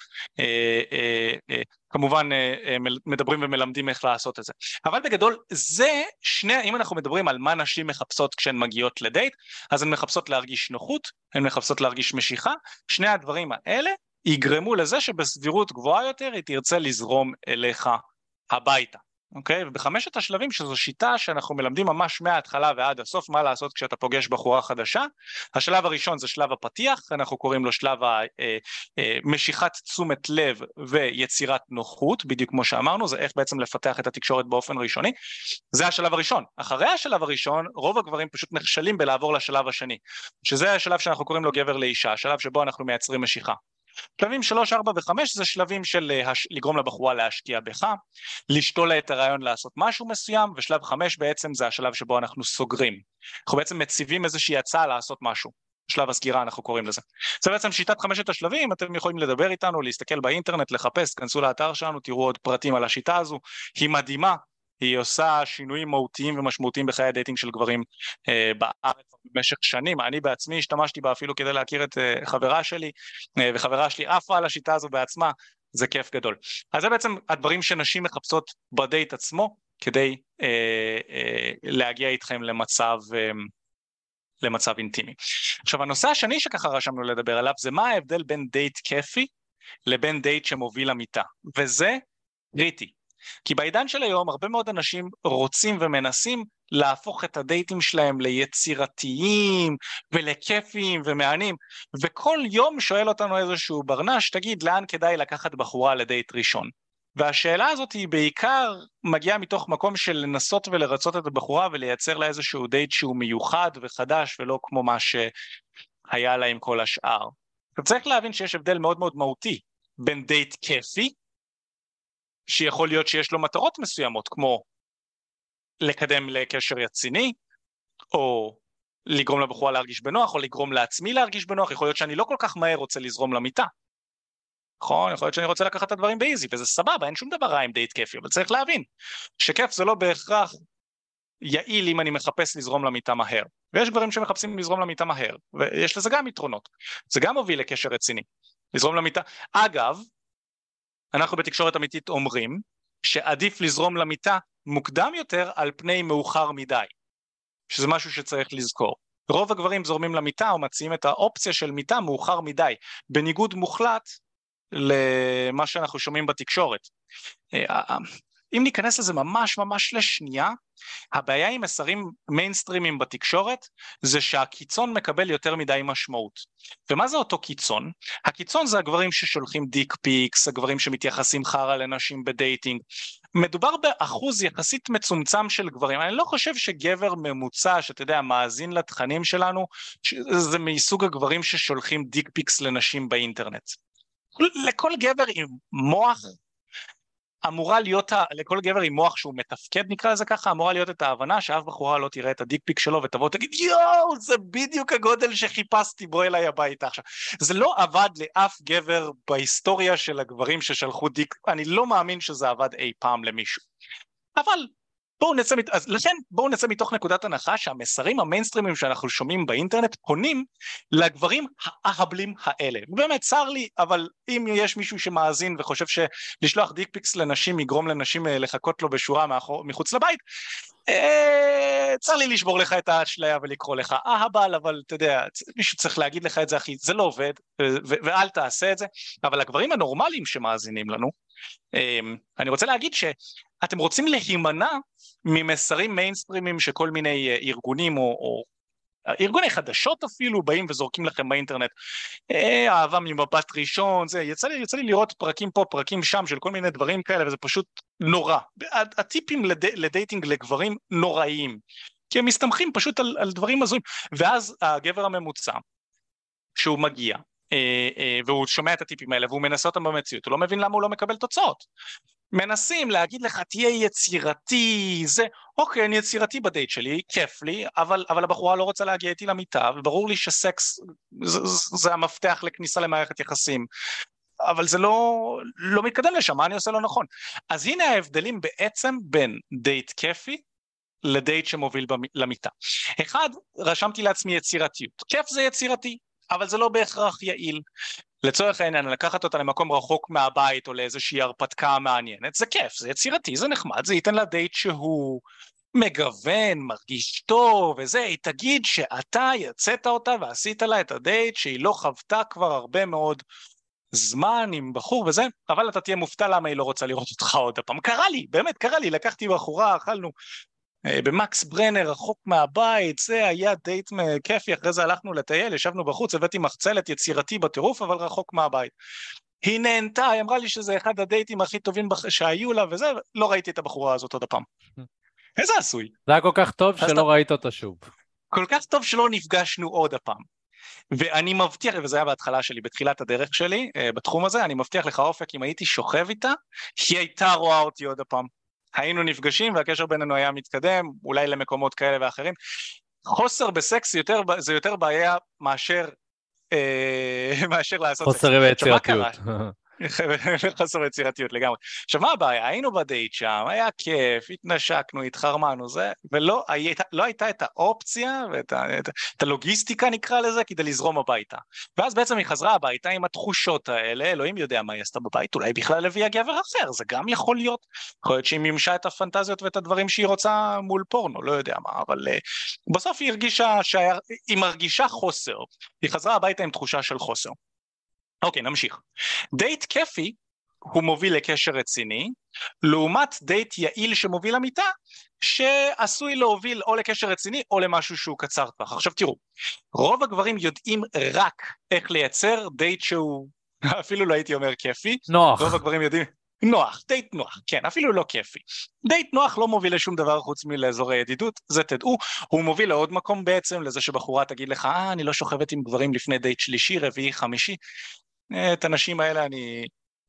כמובן מדברים ומלמדים איך לעשות את זה. אבל בגדול, זה אם אנחנו מדברים על מה נשים מחפשות כשהן מגיעות לדייט, אז הן מחפשות להרגיש נוחות, הן מחפשות להרגיש משיכה. שני הדברים האלה יגרמו לזה שבסבירות גבוהה יותר היא תרצה לזרום אליך הביתה. אוקיי? ובחמשת השלבים, שזו שיטה שאנחנו מלמדים ממש מההתחלה ועד הסוף, מה לעשות כשאתה פוגש בחורה חדשה. השלב הראשון זה שלב הפתיח, אנחנו קוראים לו שלב משיכת תשומת לב ויצירת נוחות, בדיוק כמו שאמרנו, זה איך בעצם לפתח את התקשורת באופן ראשוני. זה השלב הראשון. אחרי השלב הראשון, רוב הגברים פשוט נכשלים בלעבור לשלב השני, שזה השלב שאנחנו קוראים לו גבר לאישה, השלב שבו אנחנו מייצרים משיכה. שלבים 3, 4 ו-5 זה שלבים של לגרום לבחורה להשקיע בך, לשתול לה את הרעיון לעשות משהו מסוים, ושלב 5 בעצם זה השלב שבו אנחנו סוגרים. אנחנו בעצם מציבים איזושהי הצעה לעשות משהו. שלב הסגירה אנחנו קוראים לזה. זה בעצם שיטת 5 השלבים, אתם יכולים לדבר איתנו, להסתכל באינטרנט, לחפש, כנסו לאתר שלנו, תראו עוד פרטים על השיטה הזו, היא מדהימה, היא עושה שינויים מהותיים ומשמעותיים בחיי הדייטינג של גברים בארץ במשך שנים. אני בעצמי השתמשתי בה אפילו כדי להכיר את חברה שלי, וחברה שלי עפה על השיטה הזו בעצמה, זה כיף גדול. אז זה בעצם הדברים שנשים מחפשות בדייט עצמו, כדי להגיע איתכם למצב אינטימי. עכשיו, הנושא השני שככה רשמנו לדבר עליו, זה מה ההבדל בין דייט כיפי לבין דייט שמוביל למיטה, וזה קריטי. כי בעידן של היום הרבה מאוד אנשים רוצים ומנסים להפוך את הדייטים שלהם ליצירתיים ולכיפיים ומענים, וכל יום שואל אותנו איזשהו ברנש, תגיד לאן כדאי לקחת בחורה לדייט ראשון. והשאלה הזאת היא בעיקר מגיעה מתוך מקום של לנסות ולרצות את הבחורה ולייצר לה איזשהו דייט שהוא מיוחד וחדש ולא כמו מה שהיה לה עם כל השאר. אתה צריך להבין שיש הבדל מאוד מאוד מהותי בין דייט כיפי, שיכול להיות שיש לו מטרות מסוימות, כמו לקדם לקשר רציני, או לגרום לבחורה להרגיש בנוח, או לגרום לעצמי להרגיש בנוח. יכול להיות שאני לא כל כך מהר רוצה לזרום למיטה. נכון? יכול להיות שאני רוצה לקחת את הדברים באיזי, וזה סבבה, אין שום דבר רע עם דייט כיפי, אבל צריך להבין שכיף זה לא בהכרח יעיל אם אני מחפש לזרום למיטה מהר. ויש גברים שמחפשים לזרום למיטה מהר, ויש לזה גם יתרונות. זה גם מוביל לקשר רציני. לזרום למיטה. אגב, אנחנו בתקשורת אמיתית אומרים שעדיף לזרום למיטה מוקדם יותר על פני מאוחר מדי, שזה משהו שצריך לזכור. רוב הגברים זורמים למיטה או מציעים את האופציה של מיטה מאוחר מדי, בניגוד מוחלט למה שאנחנו שומעים בתקשורת. אם ניכנס לזה ממש ממש לשנייה, הבעיה עם מסרים מיינסטרימים בתקשורת, זה שהקיצון מקבל יותר מדי משמעות. ומה זה אותו קיצון? הקיצון זה הגברים ששולחים דיק פיקס, הגברים שמתייחסים חרה לנשים בדייטינג. מדובר באחוז יחסית מצומצם של גברים. אני לא חושב שגבר ממוצע, שאתה יודע, מאזין לתכנים שלנו, זה מסוג הגברים ששולחים דיק פיקס לנשים באינטרנט. לכל גבר עם מוח, אמורה להיות, לכל גבר עם מוח שהוא מתפקד, נקרא לזה ככה, אמורה להיות את ההבנה שאף בחורה לא תראה את הדיק פיק שלו ותבוא תגיד, יואו, זה בדיוק הגודל שחיפשתי, בוא אליי הביתה עכשיו. זה לא עבד לאף גבר בהיסטוריה של הגברים ששלחו דיק, אני לא מאמין שזה עבד אי פעם למישהו. אבל בואו נצא מתוך נקודת הנחה שהמסרים המיינסטרימים שאנחנו שומעים באינטרנט פונים לגברים האהבלים האלה. באמת צר לי, אבל אם יש מישהו שמאזין וחושב שלשלוח דיק פיקס לנשים יגרום לנשים לחכות לו בשורה מחוץ לבית, צר לי לשבור לך את האשליה ולקרוא לך אהבל, אבל אתה יודע, מישהו צריך להגיד לך את זה, אחי, זה לא עובד, ואל תעשה את זה. אבל הגברים הנורמליים שמאזינים לנו, אני רוצה להגיד שאתם רוצים להימנע ממסרים מיינסטרימים שכל מיני ארגונים או ארגוני חדשות אפילו באים וזורקים לכם באינטרנט, אהבה ממבט ראשון, זה, יצא לי לראות פרקים פה, פרקים שם של כל מיני דברים כאלה, וזה פשוט נורא. הטיפים לדייטינג לגברים נוראיים, כי הם מסתמכים פשוט על דברים הזויים, ואז הגבר הממוצע, שהוא מגיע, והוא שומע את הטיפים האלה, והוא מנסה אותם במציאות, הוא לא מבין למה הוא לא מקבל תוצאות. מנסים להגיד לך, תהיה יצירתי, זה, אוקיי, אני יצירתי בדייט שלי, כיף לי, אבל הבחורה לא רוצה להגיע איתי למיטה, וברור לי שסקס זה המפתח לכניסה למערכת יחסים, אבל זה לא מתקדם לשם, מה אני עושה לא נכון? אז הנה ההבדלים בעצם בין דייט כיפי, לדייט שמוביל למיטה. אחד, רשמתי לעצמי יצירתיות. כיף זה יצירתי, אבל זה לא בהכרח יעיל. לצורך העניין, לקחת אותה למקום רחוק מהבית או לאיזושהי הרפתקה מעניינת, זה כיף, זה יצירתי, זה נחמד, זה ייתן לה דייט שהוא מגוון, מרגיש טוב וזה, היא תגיד שאתה יצאת אותה ועשית לה את הדייט שהיא לא חוותה כבר הרבה מאוד זמן עם בחור וזה, אבל אתה תהיה מופתע למה היא לא רוצה לראות אותך עוד הפעם. קרה לי, באמת קרה לי, לקחתי בחורה, אכלנו במקס ברנר, רחוק מהבית, זה היה דייט כיפי, אחרי זה הלכנו לטייל, ישבנו בחוץ, הבאתי מחצלת יצירתי בטירוף, אבל רחוק מהבית. היא נהנתה, היא אמרה לי שזה אחד הדייטים הכי טובים שהיו לה, וזה, לא ראיתי את הבחורה הזאת עוד הפעם. איזה עשוי.
זה היה כל כך טוב שלא ראית אותה שוב.
כל כך טוב שלא נפגשנו עוד הפעם. ואני מבטיח, וזה היה בהתחלה שלי, בתחילת הדרך שלי, בתחום הזה, אני מבטיח לך אופק, אם הייתי שוכב איתה, היא הייתה רואה אותי עוד הפעם. היינו נפגשים והקשר בינינו היה מתקדם, אולי למקומות כאלה ואחרים. חוסר בסקס זה יותר בעיה מאשר לעשות
חוסר ביצירתיות.
חסר יצירתיות לגמרי. עכשיו מה הבעיה? היינו בדייט שם, היה כיף, התנשקנו, התחרמנו זה, ולא לא הייתה את האופציה את הלוגיסטיקה נקרא לזה כדי לזרום הביתה. ואז בעצם היא חזרה הביתה עם התחושות האלה, אלוהים יודע מה היא עשתה בבית, אולי בכלל הביאה גבר אחר, זה גם יכול להיות. יכול להיות שהיא מימשה את הפנטזיות ואת הדברים שהיא רוצה מול פורנו, לא יודע מה, אבל בסוף היא הרגישה שהיא מרגישה חוסר. היא חזרה הביתה עם תחושה של חוסר. אוקיי, נמשיך. דייט כיפי הוא מוביל לקשר רציני, לעומת דייט יעיל שמוביל למיטה, שעשוי להוביל או לקשר רציני או למשהו שהוא קצר טווח. עכשיו תראו, רוב הגברים יודעים רק איך לייצר דייט שהוא, אפילו לא הייתי אומר כיפי,
נוח.
רוב הגברים יודעים, נוח, דייט נוח, כן, אפילו לא כיפי. דייט נוח לא מוביל לשום דבר חוץ מלאזורי ידידות, זה תדעו, הוא מוביל לעוד מקום בעצם, לזה שבחורה תגיד לך, אני לא שוכבת עם גברים לפני דייט שלישי, רביעי, חמישי, את הנשים האלה אני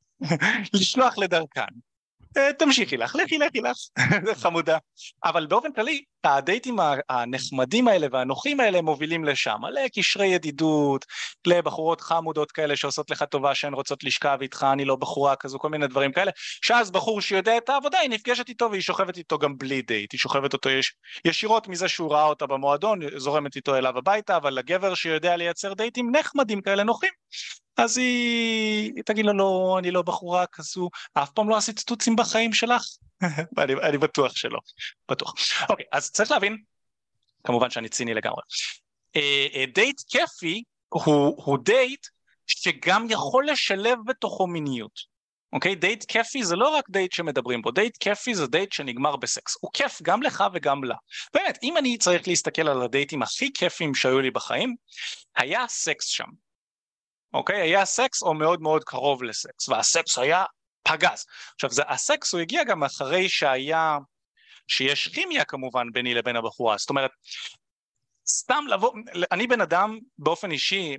לשלוח לדרכן. תמשיכי לך, לכי לך, זה חמודה. אבל באופן כללי, הדייטים הנחמדים האלה והנוחים האלה מובילים לשם, לקשרי ידידות, לבחורות חמודות כאלה שעושות לך טובה שהן רוצות לשכב איתך, אני לא בחורה כזו, כל מיני דברים כאלה, שאז בחור שיודע את העבודה, היא נפגשת איתו והיא שוכבת איתו גם בלי דייט, היא שוכבת אותו ישירות מזה שהוא ראה אותה במועדון, זורמת איתו אליו הביתה, אבל לגבר שיודע לייצר דייטים נחמדים כאלה נוחים, אז היא תגיד לו, לא, אני לא בחורה כזו, אף פעם לא עשית סטוצים בחיים שלך? אני בטוח שלא, בטוח. אוקיי, אז צריך להבין, כמובן שאני ציני לגמרי. דייט כיפי הוא דייט שגם יכול לשלב בתוכו מיניות. אוקיי, דייט כיפי זה לא רק דייט שמדברים בו, דייט כיפי זה דייט שנגמר בסקס, הוא כיף גם לך וגם לה. באמת, אם אני צריך להסתכל על הדייטים הכי כיפים שהיו לי בחיים, היה סקס שם. אוקיי, היה סקס או מאוד מאוד קרוב לסקס, והסקס היה פגז. עכשיו, הסקס הוא הגיע גם אחרי שיש כימיה כמובן ביני לבין הבחורה, זאת אומרת, סתם לבוא, אני בן אדם באופן אישי,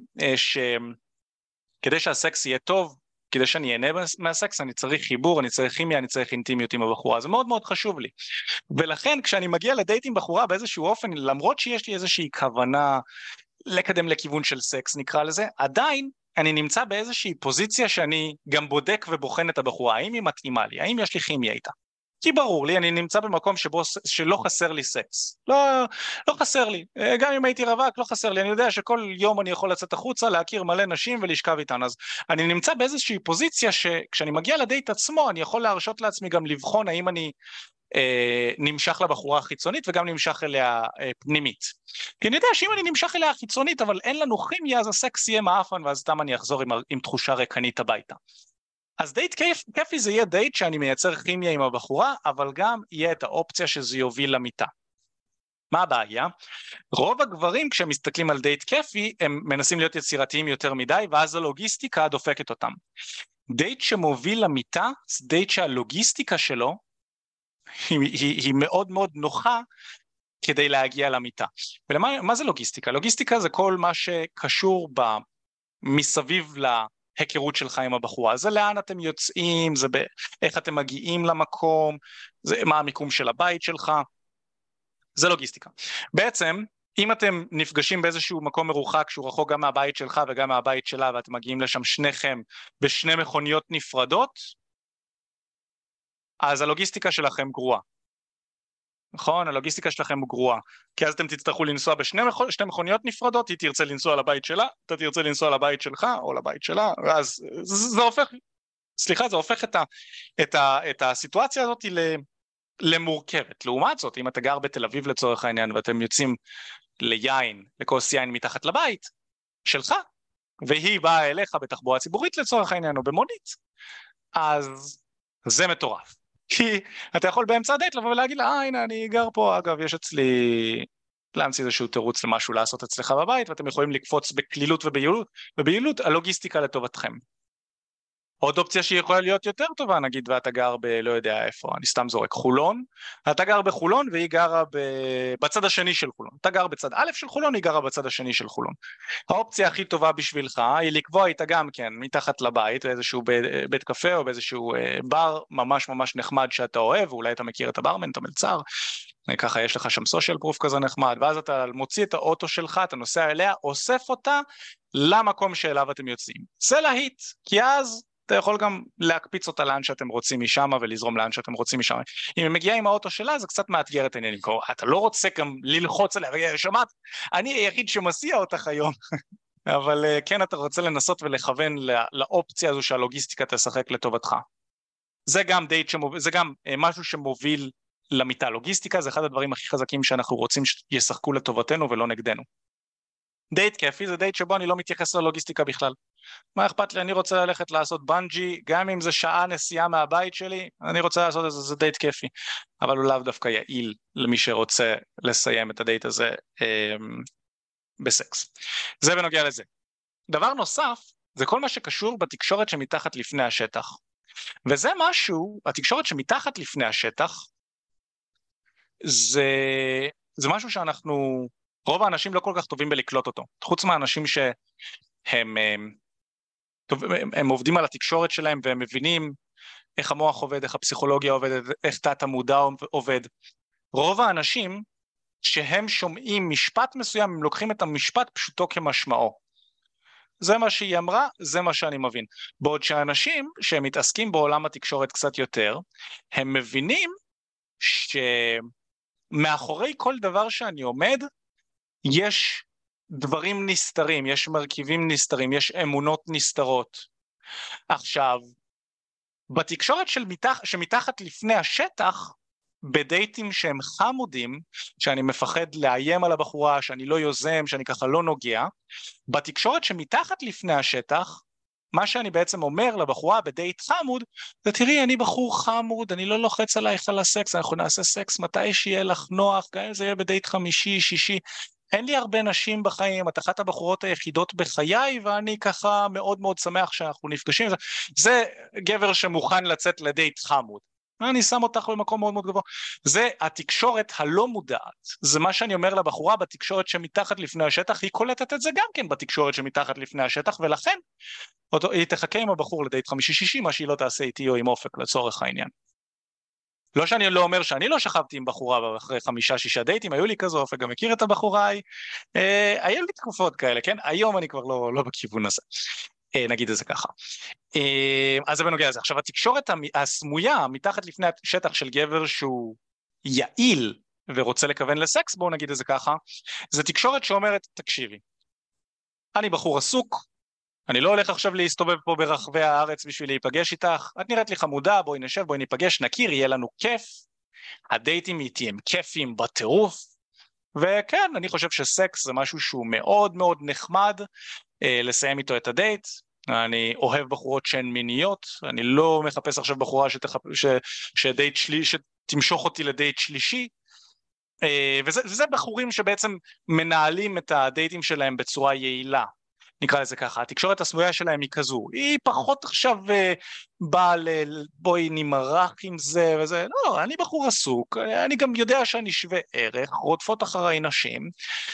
שכדי שהסקס יהיה טוב, כדי שאני אהנה מהסקס, אני צריך חיבור, אני צריך כימיה, אני צריך אינטימיות עם הבחורה, זה מאוד מאוד חשוב לי. ולכן כשאני מגיע לדייט עם בחורה באיזשהו אופן, למרות שיש לי איזושהי כוונה לקדם לכיוון של סקס נקרא לזה, עדיין אני נמצא באיזושהי פוזיציה שאני גם בודק ובוחן את הבחורה, האם היא מתאימה לי, האם יש לי כימיה איתה. כי ברור לי, אני נמצא במקום שלא חסר לי סקס. לא חסר לי. גם אם הייתי רווק, לא חסר לי. אני יודע שכל יום אני יכול לצאת החוצה, להכיר מלא נשים ולשכב איתן. אז אני נמצא באיזושהי פוזיציה שכשאני מגיע לדייט עצמו, אני יכול להרשות לעצמי גם לבחון האם אני נמשך לבחורה החיצונית וגם נמשך אליה פנימית. כי אני יודע שאם אני נמשך אליה חיצונית, אבל אין לנו כימיה, אז הסקס יהיה מאפן, ואז סתם אני אחזור עם תחושה ריקנית הביתה. אז דייט כיפי זה יהיה דייט שאני מייצר כימיה עם הבחורה, אבל גם יהיה את האופציה שזה יוביל למיטה. מה הבעיה? רוב הגברים כשהם מסתכלים על דייט כיפי, הם מנסים להיות יצירתיים יותר מדי, ואז הלוגיסטיקה דופקת אותם. דייט שמוביל למיטה, זה דייט שהלוגיסטיקה שלו, היא מאוד מאוד נוחה כדי להגיע למיטה. ומה זה לוגיסטיקה? לוגיסטיקה זה כל מה שקשור מסביב להיכרות שלך עם הבחורה. זה לאן אתם יוצאים, זה איך אתם מגיעים למקום, זה מה המיקום של הבית שלך. זה לוגיסטיקה. בעצם, אם אתם נפגשים באיזשהו מקום מרוחק, שהוא רחוק גם מהבית שלך וגם מהבית שלה, ואתם מגיעים לשם שניכם בשני מכוניות נפרדות, אז הלוגיסטיקה שלכם גרועה. נכון? הלוגיסטיקה שלכם גרועה. כי אז אתם תצטרכו לנסוע בשתי מכוניות נפרדות, היא תרצה לנסוע לבית שלה, אתה תרצה לנסוע לבית שלך או לבית שלה, ואז זה הופך את הסיטואציה הזאת למורכבת. לעומת זאת, אם אתה גר בתל אביב לצורך העניין, ואתם יוצאים ליין, לכוס יין מתחת לבית שלך, והיא באה אליך בתחבורה ציבורית לצורך העניין, או במונית, אז זה מטורף. כי אתה יכול באמצע הדייט לבוא ולהגיד לה, הנה אני גר פה, אגב יש אצלי להמציא איזשהו תירוץ למשהו לעשות אצלך בבית, ואתם יכולים לקפוץ בקלילות וביעילות הלוגיסטיקה לטובתכם. עוד אופציה שהיא יכולה להיות יותר טובה, נגיד, ואתה גר לא יודע איפה, אני סתם זורק, חולון, אתה גר בחולון והיא גרה בצד השני של חולון, אתה גר בצד א' של חולון, היא גרה בצד השני של חולון. האופציה הכי טובה בשבילך היא לקבוע איתה גם כן, מתחת לבית, באיזשהו בית קפה או באיזשהו בר ממש ממש נחמד שאתה אוהב, ואולי אתה מכיר את הברמן, את המלצר, ככה יש לך שם סושיאל פרוף כזה נחמד, ואז אתה מוציא את האוטו שלך, אתה נוסע אליה, אוסף אותה למקום שאליו אתם יוצאים. זה להיט, כי אז אתה יכול גם להקפיץ אותה לאן שאתם רוצים משם ולזרום לאן שאתם רוצים משם. אם היא מגיעה עם האוטו שלה, זה קצת מאתגר את העניינים. אתה לא רוצה גם ללחוץ עליה, שמעת, אני היחיד שמסיע אותך היום, אבל כן אתה רוצה לנסות ולכוון לאופציה הזו שהלוגיסטיקה תשחק לטובתך. זה גם זה גם משהו שמוביל למיטה. לוגיסטיקה זה אחד הדברים הכי חזקים שאנחנו רוצים שישחקו לטובתנו ולא נגדנו. דייט כיפי זה דייט שבו אני לא מתייחס ללוגיסטיקה בכלל. מה אכפת לי? אני רוצה ללכת לעשות בנג'י, גם אם זה שעה נסיעה מהבית שלי, אני רוצה לעשות את זה, זה דייט כיפי. אבל הוא לאו דווקא יעיל למי שרוצה לסיים את הדייט הזה בסקס. זה בנוגע לזה. דבר נוסף, זה כל מה שקשור בתקשורת שמתחת לפני השטח. וזה משהו, התקשורת שמתחת לפני השטח, זה משהו שאנחנו, רוב האנשים לא כל כך טובים בלקלוט אותו. חוץ מהאנשים שהם הם עובדים על התקשורת שלהם והם מבינים איך המוח עובד, איך הפסיכולוגיה עובדת, איך תת המודע עובד. רוב האנשים שהם שומעים משפט מסוים, הם לוקחים את המשפט פשוטו כמשמעו. זה מה שהיא אמרה, זה מה שאני מבין. בעוד שאנשים שהם מתעסקים בעולם התקשורת קצת יותר, הם מבינים שמאחורי כל דבר שאני עומד, יש דברים נסתרים, יש מרכיבים נסתרים, יש אמונות נסתרות. עכשיו, בתקשורת שמתחת לפני השטח, בדייטים שהם חמודים, שאני מפחד לאיים על הבחורה, שאני לא יוזם, שאני ככה לא נוגע, בתקשורת שמתחת לפני השטח, מה שאני בעצם אומר לבחורה בדייט חמוד, זה תראי, אני בחור חמוד, אני לא לוחץ עלייך על הסקס, אנחנו נעשה סקס מתי שיהיה לך נוח, גם אם זה יהיה בדייט חמישי, שישי, אין לי הרבה נשים בחיים, את אחת הבחורות היחידות בחיי, ואני ככה מאוד מאוד שמח שאנחנו נפגשים, זה גבר שמוכן לצאת לדייט חמוד. אני שם אותך במקום מאוד מאוד גבוה. זה התקשורת הלא מודעת, זה מה שאני אומר לבחורה בתקשורת שמתחת לפני השטח, היא קולטת את זה גם כן בתקשורת שמתחת לפני השטח, ולכן היא תחכה עם הבחור לדייט חמישי-שישי, מה שהיא לא תעשה איתי או עם אופק לצורך העניין. לא שאני לא אומר שאני לא שכבתי עם בחורה אחרי 5-6 דייטים, היו לי כזו, אופק גם מכיר את הבחורה, היו לי תקופות כאלה, כן? היום אני כבר לא בכיוון הזה. נגיד את זה ככה. אז זה בנוגע לזה. עכשיו, התקשורת הסמויה מתחת לפני השטח של גבר שהוא יעיל ורוצה לכוון לסקס, בואו נגיד את זה ככה, זה תקשורת שאומרת, תקשיבי, אני בחור עסוק, אני לא הולך עכשיו להסתובב פה ברחבי הארץ בשביל להיפגש איתך, את נראית לי חמודה, בואי נשב, בואי ניפגש, נכיר, יהיה לנו כיף, הדייטים איתי הם כיפים בטירוף, וכן, אני חושב שסקס זה משהו שהוא מאוד מאוד נחמד, לסיים איתו את הדייט, אני אוהב בחורות שהן מיניות, אני לא מחפש עכשיו בחורה שתמשוך אותי לדייט שלישי, וזה בחורים שבעצם מנהלים את הדייטים שלהם בצורה יעילה, נקרא לזה ככה, התקשורת הסמויה שלהם היא כזו, היא פחות עכשיו באה בואי נמרח עם זה וזה, לא, אני בחור עסוק, אני גם יודע שאני שווה ערך, רודפות אחריי נשים,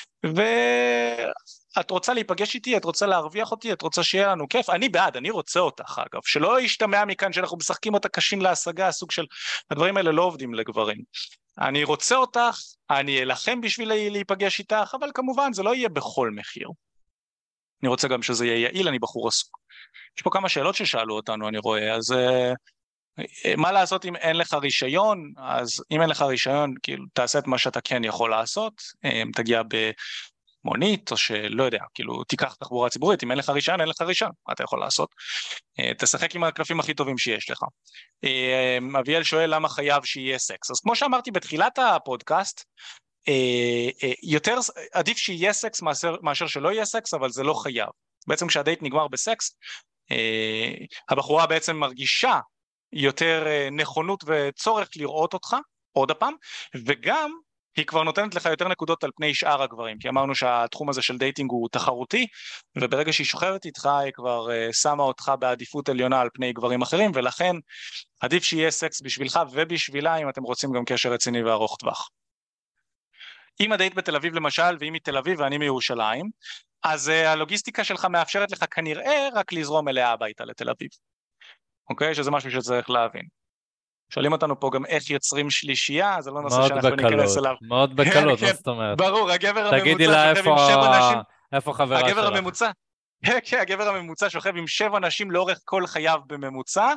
ואת רוצה להיפגש איתי, את רוצה להרוויח אותי, את רוצה שיהיה לנו כיף, אני בעד, אני רוצה אותך אגב, שלא ישתמע מכאן שאנחנו משחקים אותה קשים להשגה, הסוג של הדברים האלה לא עובדים לגברים, אני רוצה אותך, אני אלחם בשביל להיפגש איתך, אבל כמובן זה לא יהיה בכל מחיר. אני רוצה גם שזה יהיה יעיל, אני בחור עסוק. יש פה כמה שאלות ששאלו אותנו, אני רואה, אז מה לעשות אם אין לך רישיון? אז אם אין לך רישיון, כאילו, תעשה את מה שאתה כן יכול לעשות, תגיע במונית, או שלא יודע, כאילו, תיקח תחבורה ציבורית, אם אין לך רישיון, אין לך רישיון, מה אתה יכול לעשות? תשחק עם הקלפים הכי טובים שיש לך. אביאל שואל למה חייב שיהיה סקס. אז כמו שאמרתי בתחילת הפודקאסט, יותר עדיף שיהיה סקס מאשר שלא יהיה סקס, אבל זה לא חייב. בעצם כשהדייט נגמר בסקס, הבחורה בעצם מרגישה יותר נכונות וצורך לראות אותך עוד הפעם, וגם היא כבר נותנת לך יותר נקודות על פני שאר הגברים, כי אמרנו שהתחום הזה של דייטינג הוא תחרותי, וברגע שהיא שוחרת איתך היא כבר שמה אותך בעדיפות עליונה על פני גברים אחרים, ולכן עדיף שיהיה סקס בשבילך ובשבילה אם אתם רוצים גם קשר רציני וארוך טווח. אם הדייט בתל אביב למשל, ואם היא תל אביב ואני מירושלים, אז הלוגיסטיקה שלך מאפשרת לך כנראה רק לזרום אליה הביתה לתל אביב. אוקיי? שזה משהו שצריך להבין. שואלים אותנו פה גם איך יוצרים שלישייה, זה לא נושא שאנחנו ניכנס אליו.
מאוד בקלות, מה זאת אומרת?
ברור, הגבר
תגידי
הממוצע
לה
שוכב עם 7 נשים.
איפה חברה שלך?
הגבר הממוצע, כן, הגבר הממוצע שוכב עם 7 נשים לאורך כל חייו בממוצע,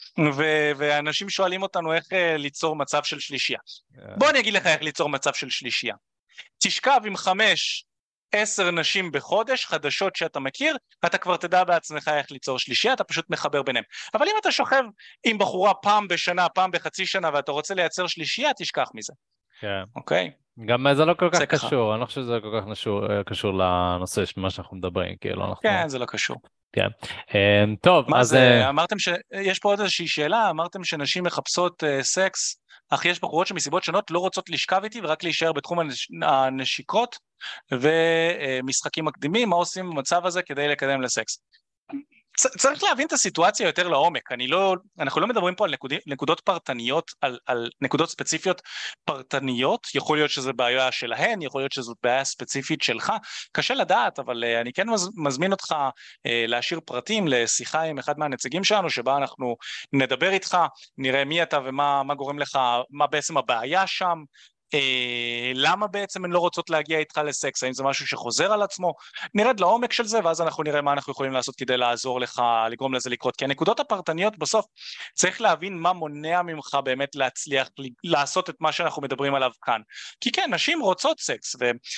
ואנשים שואלים אותנו איך ליצור מצב של שלישייה. בוא אני אגיד לך איך ליצור מצב של שלישייה. תשכב עם 5-10 נשים בחודש, חדשות שאתה מכיר, אתה כבר תדע בעצמך איך ליצור שלישייה, אתה פשוט מחבר ביניהם. אבל אם אתה שוכב עם בחורה פעם בשנה, פעם בחצי שנה, ואתה רוצה לייצר שלישייה, תשכח מזה.
כן.
אוקיי?
גם זה לא כל כך
זה ככה.
קשור, אני לא חושב שזה כל כך קשור לנושא של מה שאנחנו מדברים, כאילו אנחנו...
כן, זה לא קשור.
כן. טוב,
מה
אז...
זה, אמרתם שיש פה עוד איזושהי שאלה, אמרתם שנשים מחפשות סקס, אך יש בחורות שמסיבות שונות לא רוצות לשכב איתי ורק להישאר בתחום הנשיקות ומשחקים מקדימים, מה עושים במצב הזה כדי לקדם לסקס? צריך להבין את הסיטואציה יותר לעומק, אנחנו לא מדברים פה על נקודות פרטניות, על נקודות ספציפיות פרטניות, יכול להיות שזה בעיה שלהן, יכול להיות שזאת בעיה ספציפית שלך, קשה לדעת, אבל אני כן מזמין אותך להשאיר פרטים לשיחה עם אחד מהנציגים שלנו, שבה אנחנו נדבר איתך, נראה מי אתה ומה גורם לך, מה בעצם הבעיה שם, למה בעצם הן לא רוצות להגיע איתך לסקס, האם זה משהו שחוזר על עצמו, נרד לעומק של זה ואז אנחנו נראה מה אנחנו יכולים לעשות כדי לעזור לך, לגרום לזה לקרות, כי הנקודות הפרטניות בסוף צריך להבין מה מונע ממך באמת להצליח לעשות את מה שאנחנו מדברים עליו כאן, כי כן, נשים רוצות סקס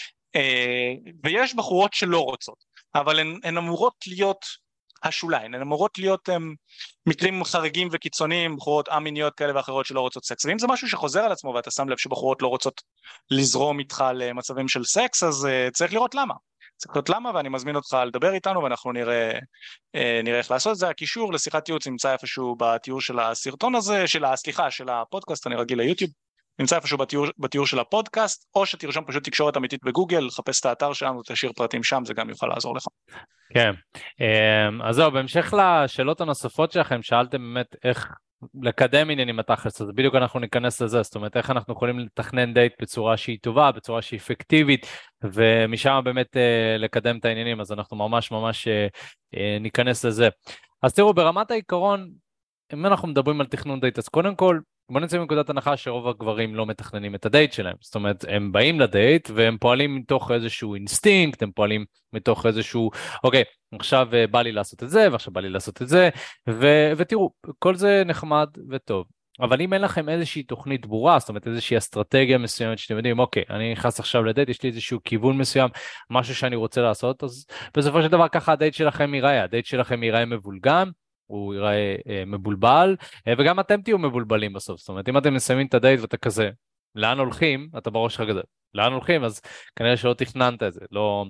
ויש בחורות שלא רוצות, אבל הן אמורות להיות השוליים, הן אמורות להיות מקרים חריגים וקיצוניים, בחורות א-מיניות כאלה ואחרות שלא רוצות סקס, ואם זה משהו שחוזר על עצמו ואתה שם לב שבחורות לא רוצות לזרום איתך למצבים של סקס, אז צריך לראות למה. צריך לראות למה, ואני מזמין אותך לדבר איתנו ואנחנו נראה איך לעשות את זה. הקישור לשיחת ייעוץ נמצא איפשהו בתיאור של הסרטון הזה, של הפודקאסט, אני רגיל ליוטיוב, נמצא איפשהו בתיאור של הפודקאסט, או שתרשום פשוט תקשורת אמיתית בגוגל, חפש את האתר שלנו ותשאיר פרטים שם, זה גם יוכל לעזור לך.
כן, אז זהו, בהמשך לשאלות הנוספות שלכם, שאלתם באמת איך לקדם עניינים בתכלס, אז בדיוק אנחנו ניכנס לזה, זאת אומרת איך אנחנו יכולים לתכנן דייט בצורה שהיא טובה, בצורה שהיא אפקטיבית, ומשם באמת לקדם את העניינים, אז אנחנו ממש ניכנס לזה. אז תראו, ברמת העיקרון, אם אנחנו מדברים על תכנון דייט, אז קודם כל, בוא נצא מנקודת הנחה שרוב הגברים לא מתכננים את הדייט שלהם, זאת אומרת, הם באים לדייט והם פועלים מתוך איזשהו אינסטינקט, הם פועלים מתוך איזשהו, אוקיי, עכשיו בא לי לעשות את זה, ועכשיו בא לי לעשות את זה, ותראו, כל זה נחמד וטוב. אבל אם אין לכם איזושהי תוכנית ברורה, זאת אומרת איזושהי אסטרטגיה מסוימת שאתם יודעים, אוקיי, אני נכנס עכשיו לדייט, יש לי איזשהו כיוון מסוים, משהו שאני רוצה לעשות, אז בסופו של דבר ככה הדייט שלכם ייראה, הדייט שלכם ייראה מבולגן, הוא ייראה מבולבל, וגם אתם תהיו מבולבלים בסוף, זאת אומרת, אם אתם מסיימים את הדייט ואתה כזה, לאן הולכים? אתה בראש שלך כזה, לאן הולכים? אז כנראה שלא תכננת את זה, לא...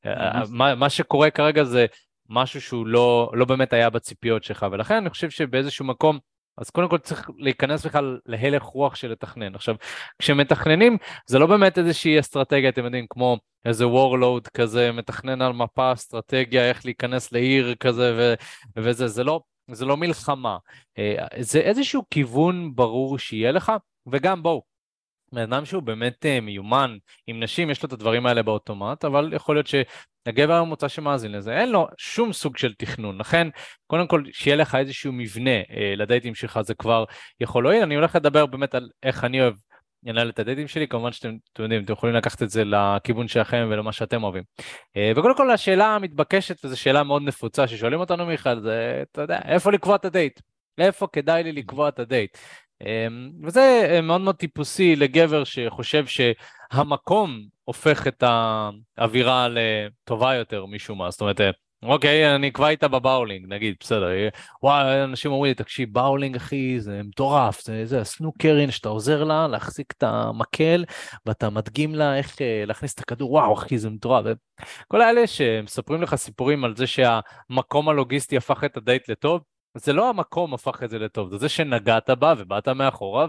מה שקורה כרגע זה משהו שהוא לא באמת היה בציפיות שלך, ולכן אני חושב שבאיזשהו מקום, אז קודם כל צריך להיכנס בכלל להלך רוח של לתכנן. עכשיו, כשמתכננים, זה לא באמת איזושהי אסטרטגיה, אתם יודעים, כמו איזה warlord כזה, מתכנן על מפה אסטרטגיה, איך להיכנס לעיר כזה, וזה, זה לא מלחמה. זה איזשהו כיוון ברור שיהיה לך, וגם בואו, מאדם שהוא באמת מיומן עם נשים, יש לו את הדברים האלה באוטומט, אבל יכול להיות שהגבר הממוצע שמאזין לזה, אין לו שום סוג של תכנון. לכן, קודם כל, שיהיה לך איזשהו מבנה לדייטים שלך, זה כבר יכול להועיל. אני הולך לדבר באמת על איך אני אוהב לנהל את הדייטים שלי, כמובן שאתם יודעים, אתם יכולים לקחת את זה לכיוון שלכם ולמה שאתם אוהבים. וקודם כל, השאלה המתבקשת, וזו שאלה מאוד נפוצה, ששואלים אותנו מיכל, זה, אתה יודע, איפה לקבוע את הדייט? איפה כדאי לי לקבוע את הדייט? וזה מאוד מאוד טיפוסי לגבר שחושב שהמקום הופך את האווירה לטובה יותר משום מה. זאת אומרת, אוקיי, אני כבר איתה בבאולינג, נגיד, בסדר. וואי, אנשים אומרים לי, תקשיב, באולינג, אחי, זה מטורף, זה הסנוקרין שאתה עוזר לה להחזיק את המקל, ואתה מדגים לה איך להכניס את הכדור, וואו, אחי, זה מטורף. כל האלה שמספרים לך סיפורים על זה שהמקום הלוגיסטי הפך את הדייט לטוב, זה לא המקום הפך את זה לטוב, זה שנגעת בה ובאת מאחורה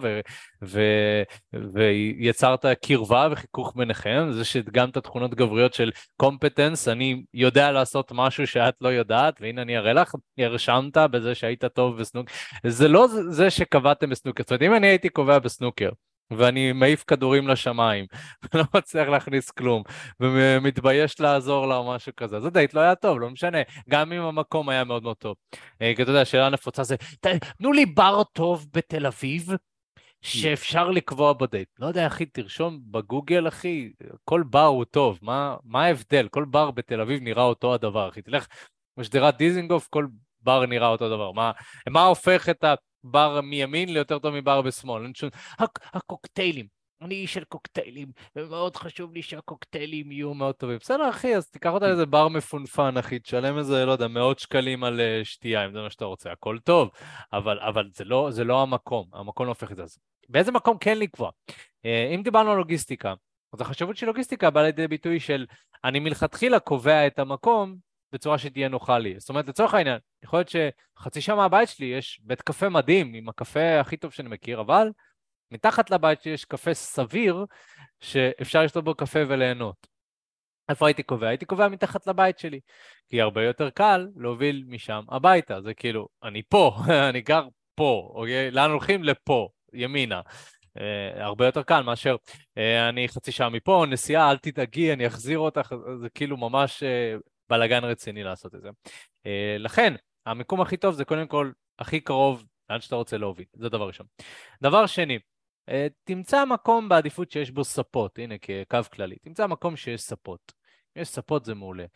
ויצרת קרבה וחיכוך ביניכם, זה שדגמת תכונות גבריות של קומפטנס, אני יודע לעשות משהו שאת לא יודעת, והנה אני אראה לך, הרשמת בזה שהיית טוב בסנוקר, זה לא זה שקבעתם בסנוקר, זאת אומרת, אם אני הייתי קובע בסנוקר, ואני מעיף כדורים לשמיים, ולא מצליח להכניס כלום, ומתבייש לעזור לה או משהו כזה. זה דייט לא היה טוב, לא משנה, גם אם המקום היה מאוד מאוד טוב. כי אתה יודע, השאלה הנפוצה זה, תנו לי בר טוב בתל אביב, שאפשר לקבוע בדייט. לא יודע, אחי, תרשום בגוגל, אחי, כל בר הוא טוב, מה ההבדל? כל בר בתל אביב נראה אותו הדבר, אחי. תלך בשדרת דיזינגוף כל בר נראה אותו דבר. מה הופך את הבר מימין ליותר טוב מבר בשמאל? הקוקטיילים. אני איש של קוקטיילים, ומאוד חשוב לי שהקוקטיילים יהיו מאוד טובים. בסדר, אחי, אז תיקח אותה לאיזה בר מפונפן, אחי, תשלם איזה, לא יודע, מאות שקלים על שתייה, אם זה מה שאתה רוצה, הכל טוב. אבל זה לא המקום, המקום לא הופך את זה. אז באיזה מקום כן לקבוע? אם דיברנו על לוגיסטיקה, אז החשיבות של לוגיסטיקה באה לידי ביטוי של אני מלכתחילה קובע את המקום בצורה שתהיה נוחה לי. זאת אומרת, לצורך העניין, יכול להיות שחצי שעה מהבית שלי יש בית קפה מדהים, עם הקפה הכי טוב שאני מכיר, אבל מתחת לבית שלי יש קפה סביר שאפשר לשתות בו קפה וליהנות. איפה הייתי קובע? הייתי קובע מתחת לבית שלי, כי הרבה יותר קל להוביל משם הביתה. זה כאילו, אני פה, אני גר פה, אוקיי? לאן הולכים? לפה, ימינה. הרבה יותר קל מאשר אני חצי שעה מפה, נסיעה, אל תדאגי, אני אחזיר אותך, זה כאילו ממש בלגן רציני לעשות את זה. לכן, המיקום הכי טוב זה קודם כל הכי קרוב לאן שאתה רוצה להוביל, זה דבר ראשון. דבר שני, תמצא מקום בעדיפות שיש בו ספות, הנה כקו כללי, תמצא מקום שיש ספות. יש ספות זה מעולה.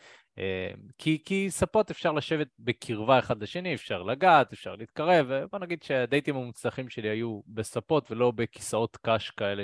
כי ספות אפשר לשבת בקרבה אחד לשני, אפשר לגעת, אפשר להתקרב, ובוא נגיד שהדייטים המוצלחים שלי היו בספות ולא בכיסאות קש כאלה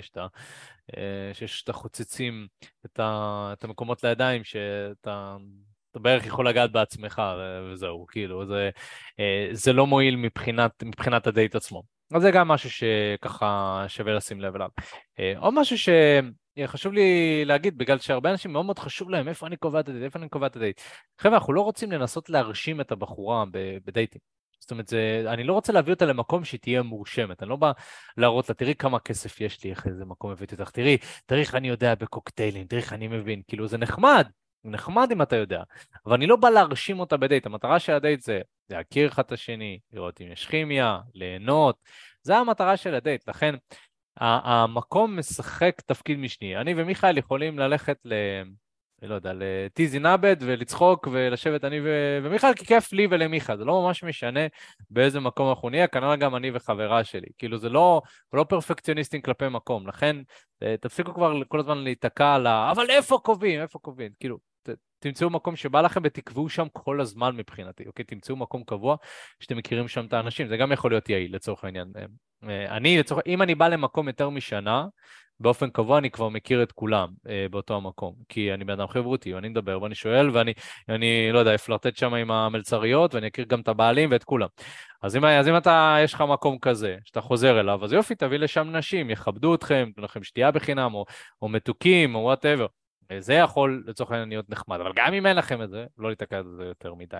שאתה חוצצים את המקומות לידיים שאתה בערך יכול לגעת בעצמך וזהו, כאילו, זה לא מועיל מבחינת הדייט עצמו. אז זה גם משהו שככה שווה לשים לב אליו. עוד משהו שחשוב לי להגיד, בגלל שהרבה אנשים מאוד מאוד חשוב להם איפה אני קובע את הדייט, איפה אני קובע את הדייט. חבר'ה, אנחנו לא רוצים לנסות להרשים את הבחורה בדייטים. זאת אומרת, אני לא רוצה להביא אותה למקום שתהיה מורשמת, אני לא בא להראות לה, תראי כמה כסף יש לי, איך איזה מקום הבאתי אותך, תראי איך אני יודע בקוקטיילים, תראי איך אני מבין, כאילו זה נחמד, נחמד אם אתה יודע, אבל אני לא בא להרשים אותה בדייט, המטרה של הדייט זה להכיר אחד את השני, לראות אם יש כימיה, ליהנות, זה המטרה של הדייט, לכן המקום משחק תפקיד משני. אני ומיכאל יכולים ללכת לא יודע, לטיזי נאבד ולצחוק ולשבת אני ומיכאל, כי כיף לי ולמיכאל, זה לא ממש משנה באיזה מקום אנחנו נהיה, כנראה גם אני וחברה שלי, כאילו זה לא פרפקציוניסטים כלפי מקום, לכן תפסיקו כבר כל הזמן להיתקע על אבל איפה קובעים, כאילו, תמצאו מקום שבא לכם ותקבעו שם כל הזמן מבחינתי, אוקיי? תמצאו מקום קבוע שאתם מכירים שם את האנשים, זה גם יכול להיות יעיל לצורך העניין. אם אני בא למקום יותר משנה, באופן קבוע אני כבר מכיר את כולם באותו המקום, כי אני בן אדם חברותי, ואני מדבר ואני שואל, ואני לא יודע, אפלרטט שם עם המלצריות, ואני אכיר גם את הבעלים ואת כולם. אז אם יש לך מקום כזה, שאתה חוזר אליו, אז יופי, תביא לשם נשים, יכבדו אתכם, תנו לכם שתייה בחינם, או מתוקים, או whatever. זה יכול לצורך העניין להיות נחמד, אבל גם אם אין לכם את זה, לא להתעקד על זה יותר מדי.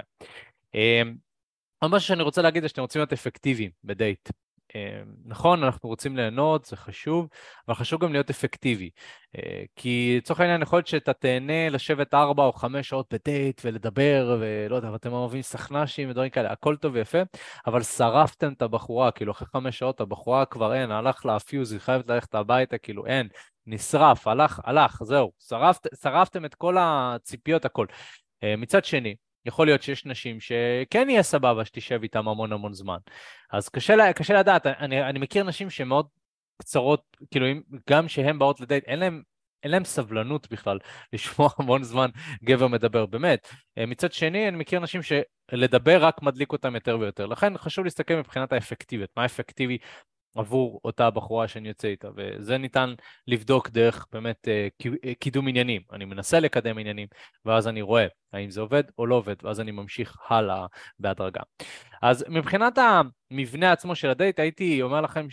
עוד משהו שאני רוצה להגיד זה שאתם רוצים להיות אפקטיביים בדייט. נכון, אנחנו רוצים ליהנות, זה חשוב, אבל חשוב גם להיות אפקטיבי. כי לצורך העניין יכול להיות שאתה תהנה לשבת 4 או 5 שעות בדייט ולדבר, ולא יודע, ואתם אוהבים סכנ"שים ודברים כאלה, הכל טוב ויפה, אבל שרפתם את הבחורה, כאילו אחרי 5 שעות הבחורה כבר אין, הלך לה הפיוז, היא חייבת ללכת הביתה, כאילו אין, נשרף, הלך, זהו, שרפתם את כל הציפיות, הכל. מצד שני, יכול להיות שיש נשים שכן יהיה סבבה שתשב איתם המון זמן. אז קשה לדעת, אני מכיר נשים שמאוד קצרות, כאילו גם שהן באות לדייט, אין להם סבלנות בכלל לשמוע המון זמן גבר מדבר, באמת. מצד שני, אני מכיר נשים שלדבר רק מדליק אותם יותר ויותר. לכן חשוב להסתכל מבחינת האפקטיביות, מה אפקטיבי עבור אותה בחורה שאני יוצא איתה, וזה ניתן לבדוק דרך באמת קידום עניינים. אני מנסה לקדם עניינים, ואז אני רואה האם זה עובד או לא עובד, ואז אני ממשיך הלאה בהדרגה. אז מבחינת המבנה עצמו של הדייט, הייתי אומר לכם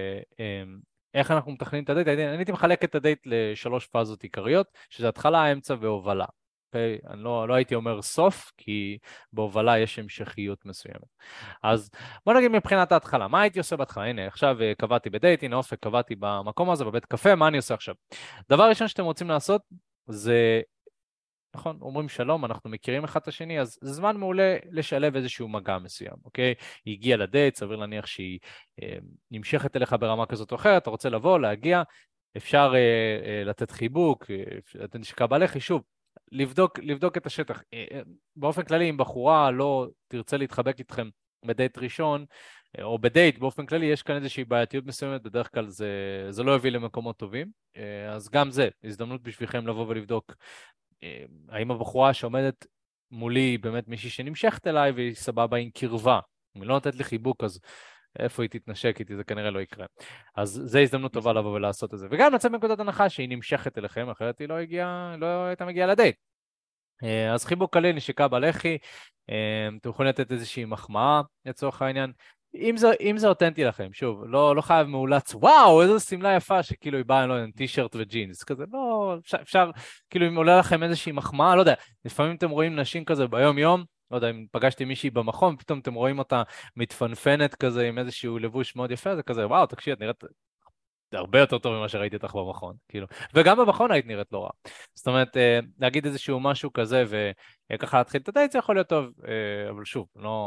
איך אנחנו מתכננים את הדייט, אני הייתי מחלק את הדייט ל3 פאזות עיקריות, שזה התחלה, האמצע והובלה. אני לא הייתי אומר סוף, כי בהובלה יש המשכיות מסוימת. אז בוא נגיד מבחינת ההתחלה, מה הייתי עושה בהתחלה? הנה, עכשיו קבעתי בדייט, הנה אופק, קבעתי במקום הזה, בבית קפה, מה אני עושה עכשיו? דבר ראשון שאתם רוצים לעשות זה, נכון, אומרים שלום, אנחנו מכירים אחד את השני, אז זה זמן מעולה לשלב איזשהו מגע מסוים, אוקיי? היא הגיעה לדייט, סביר להניח שהיא נמשכת אליך ברמה כזאת או אחרת, אתה רוצה לבוא, להגיע, אפשר לתת חיבוק, לתת נשיקה בלחי, שוב, לבדוק את השטח. באופן כללי, אם בחורה לא תרצה להתחבק איתכם בדייט ראשון, או בדייט, באופן כללי, יש כאן איזושהי בעייתיות מסוימת, בדרך כלל זה לא יביא למקומות טובים, אז גם זה, הזדמנות בשבילכם לבוא ולבדוק האם הבחורה שעומדת מולי באמת מישהי שנמשכת אליי והיא סבבה עם קרבה. אם היא לא נותנת לי חיבוק, אז איפה היא תתנשק איתי, זה כנראה לא יקרה. אז זו הזדמנות טובה לבוא ולעשות את זה. וגם לצאת מנקודת הנחה שהיא נמשכת אליכם, אחרת היא לא הייתה מגיעה לדייט. אז חיבוק קליל, נשיקה בלחי, אתם יכולים לתת איזושהי מחמאה לצורך העניין. אם זה אותנטי לכם, שוב, לא חייב מאולץ, וואו, איזו סמלה יפה שכאילו היא באה, לא יודע, טי-שירט וג'ינס, כזה, לא, אפשר, כאילו אם עולה לכם איזושהי מחמאה, לא יודע, לפעמים אתם רואים נשים כזה ביום-יום, לא יודע, אם פגשתי מישהי במכון, פתאום אתם רואים אותה מתפנפנת כזה עם איזשהו לבוש מאוד יפה, זה כזה, וואו, תקשיב, את נראית זה הרבה יותר טוב ממה שראיתי אותך במכון, כאילו. וגם במכון היית נראית לא רע. זאת אומרת, להגיד איזשהו משהו כזה וככה להתחיל את הדייט זה יכול להיות טוב, אבל שוב,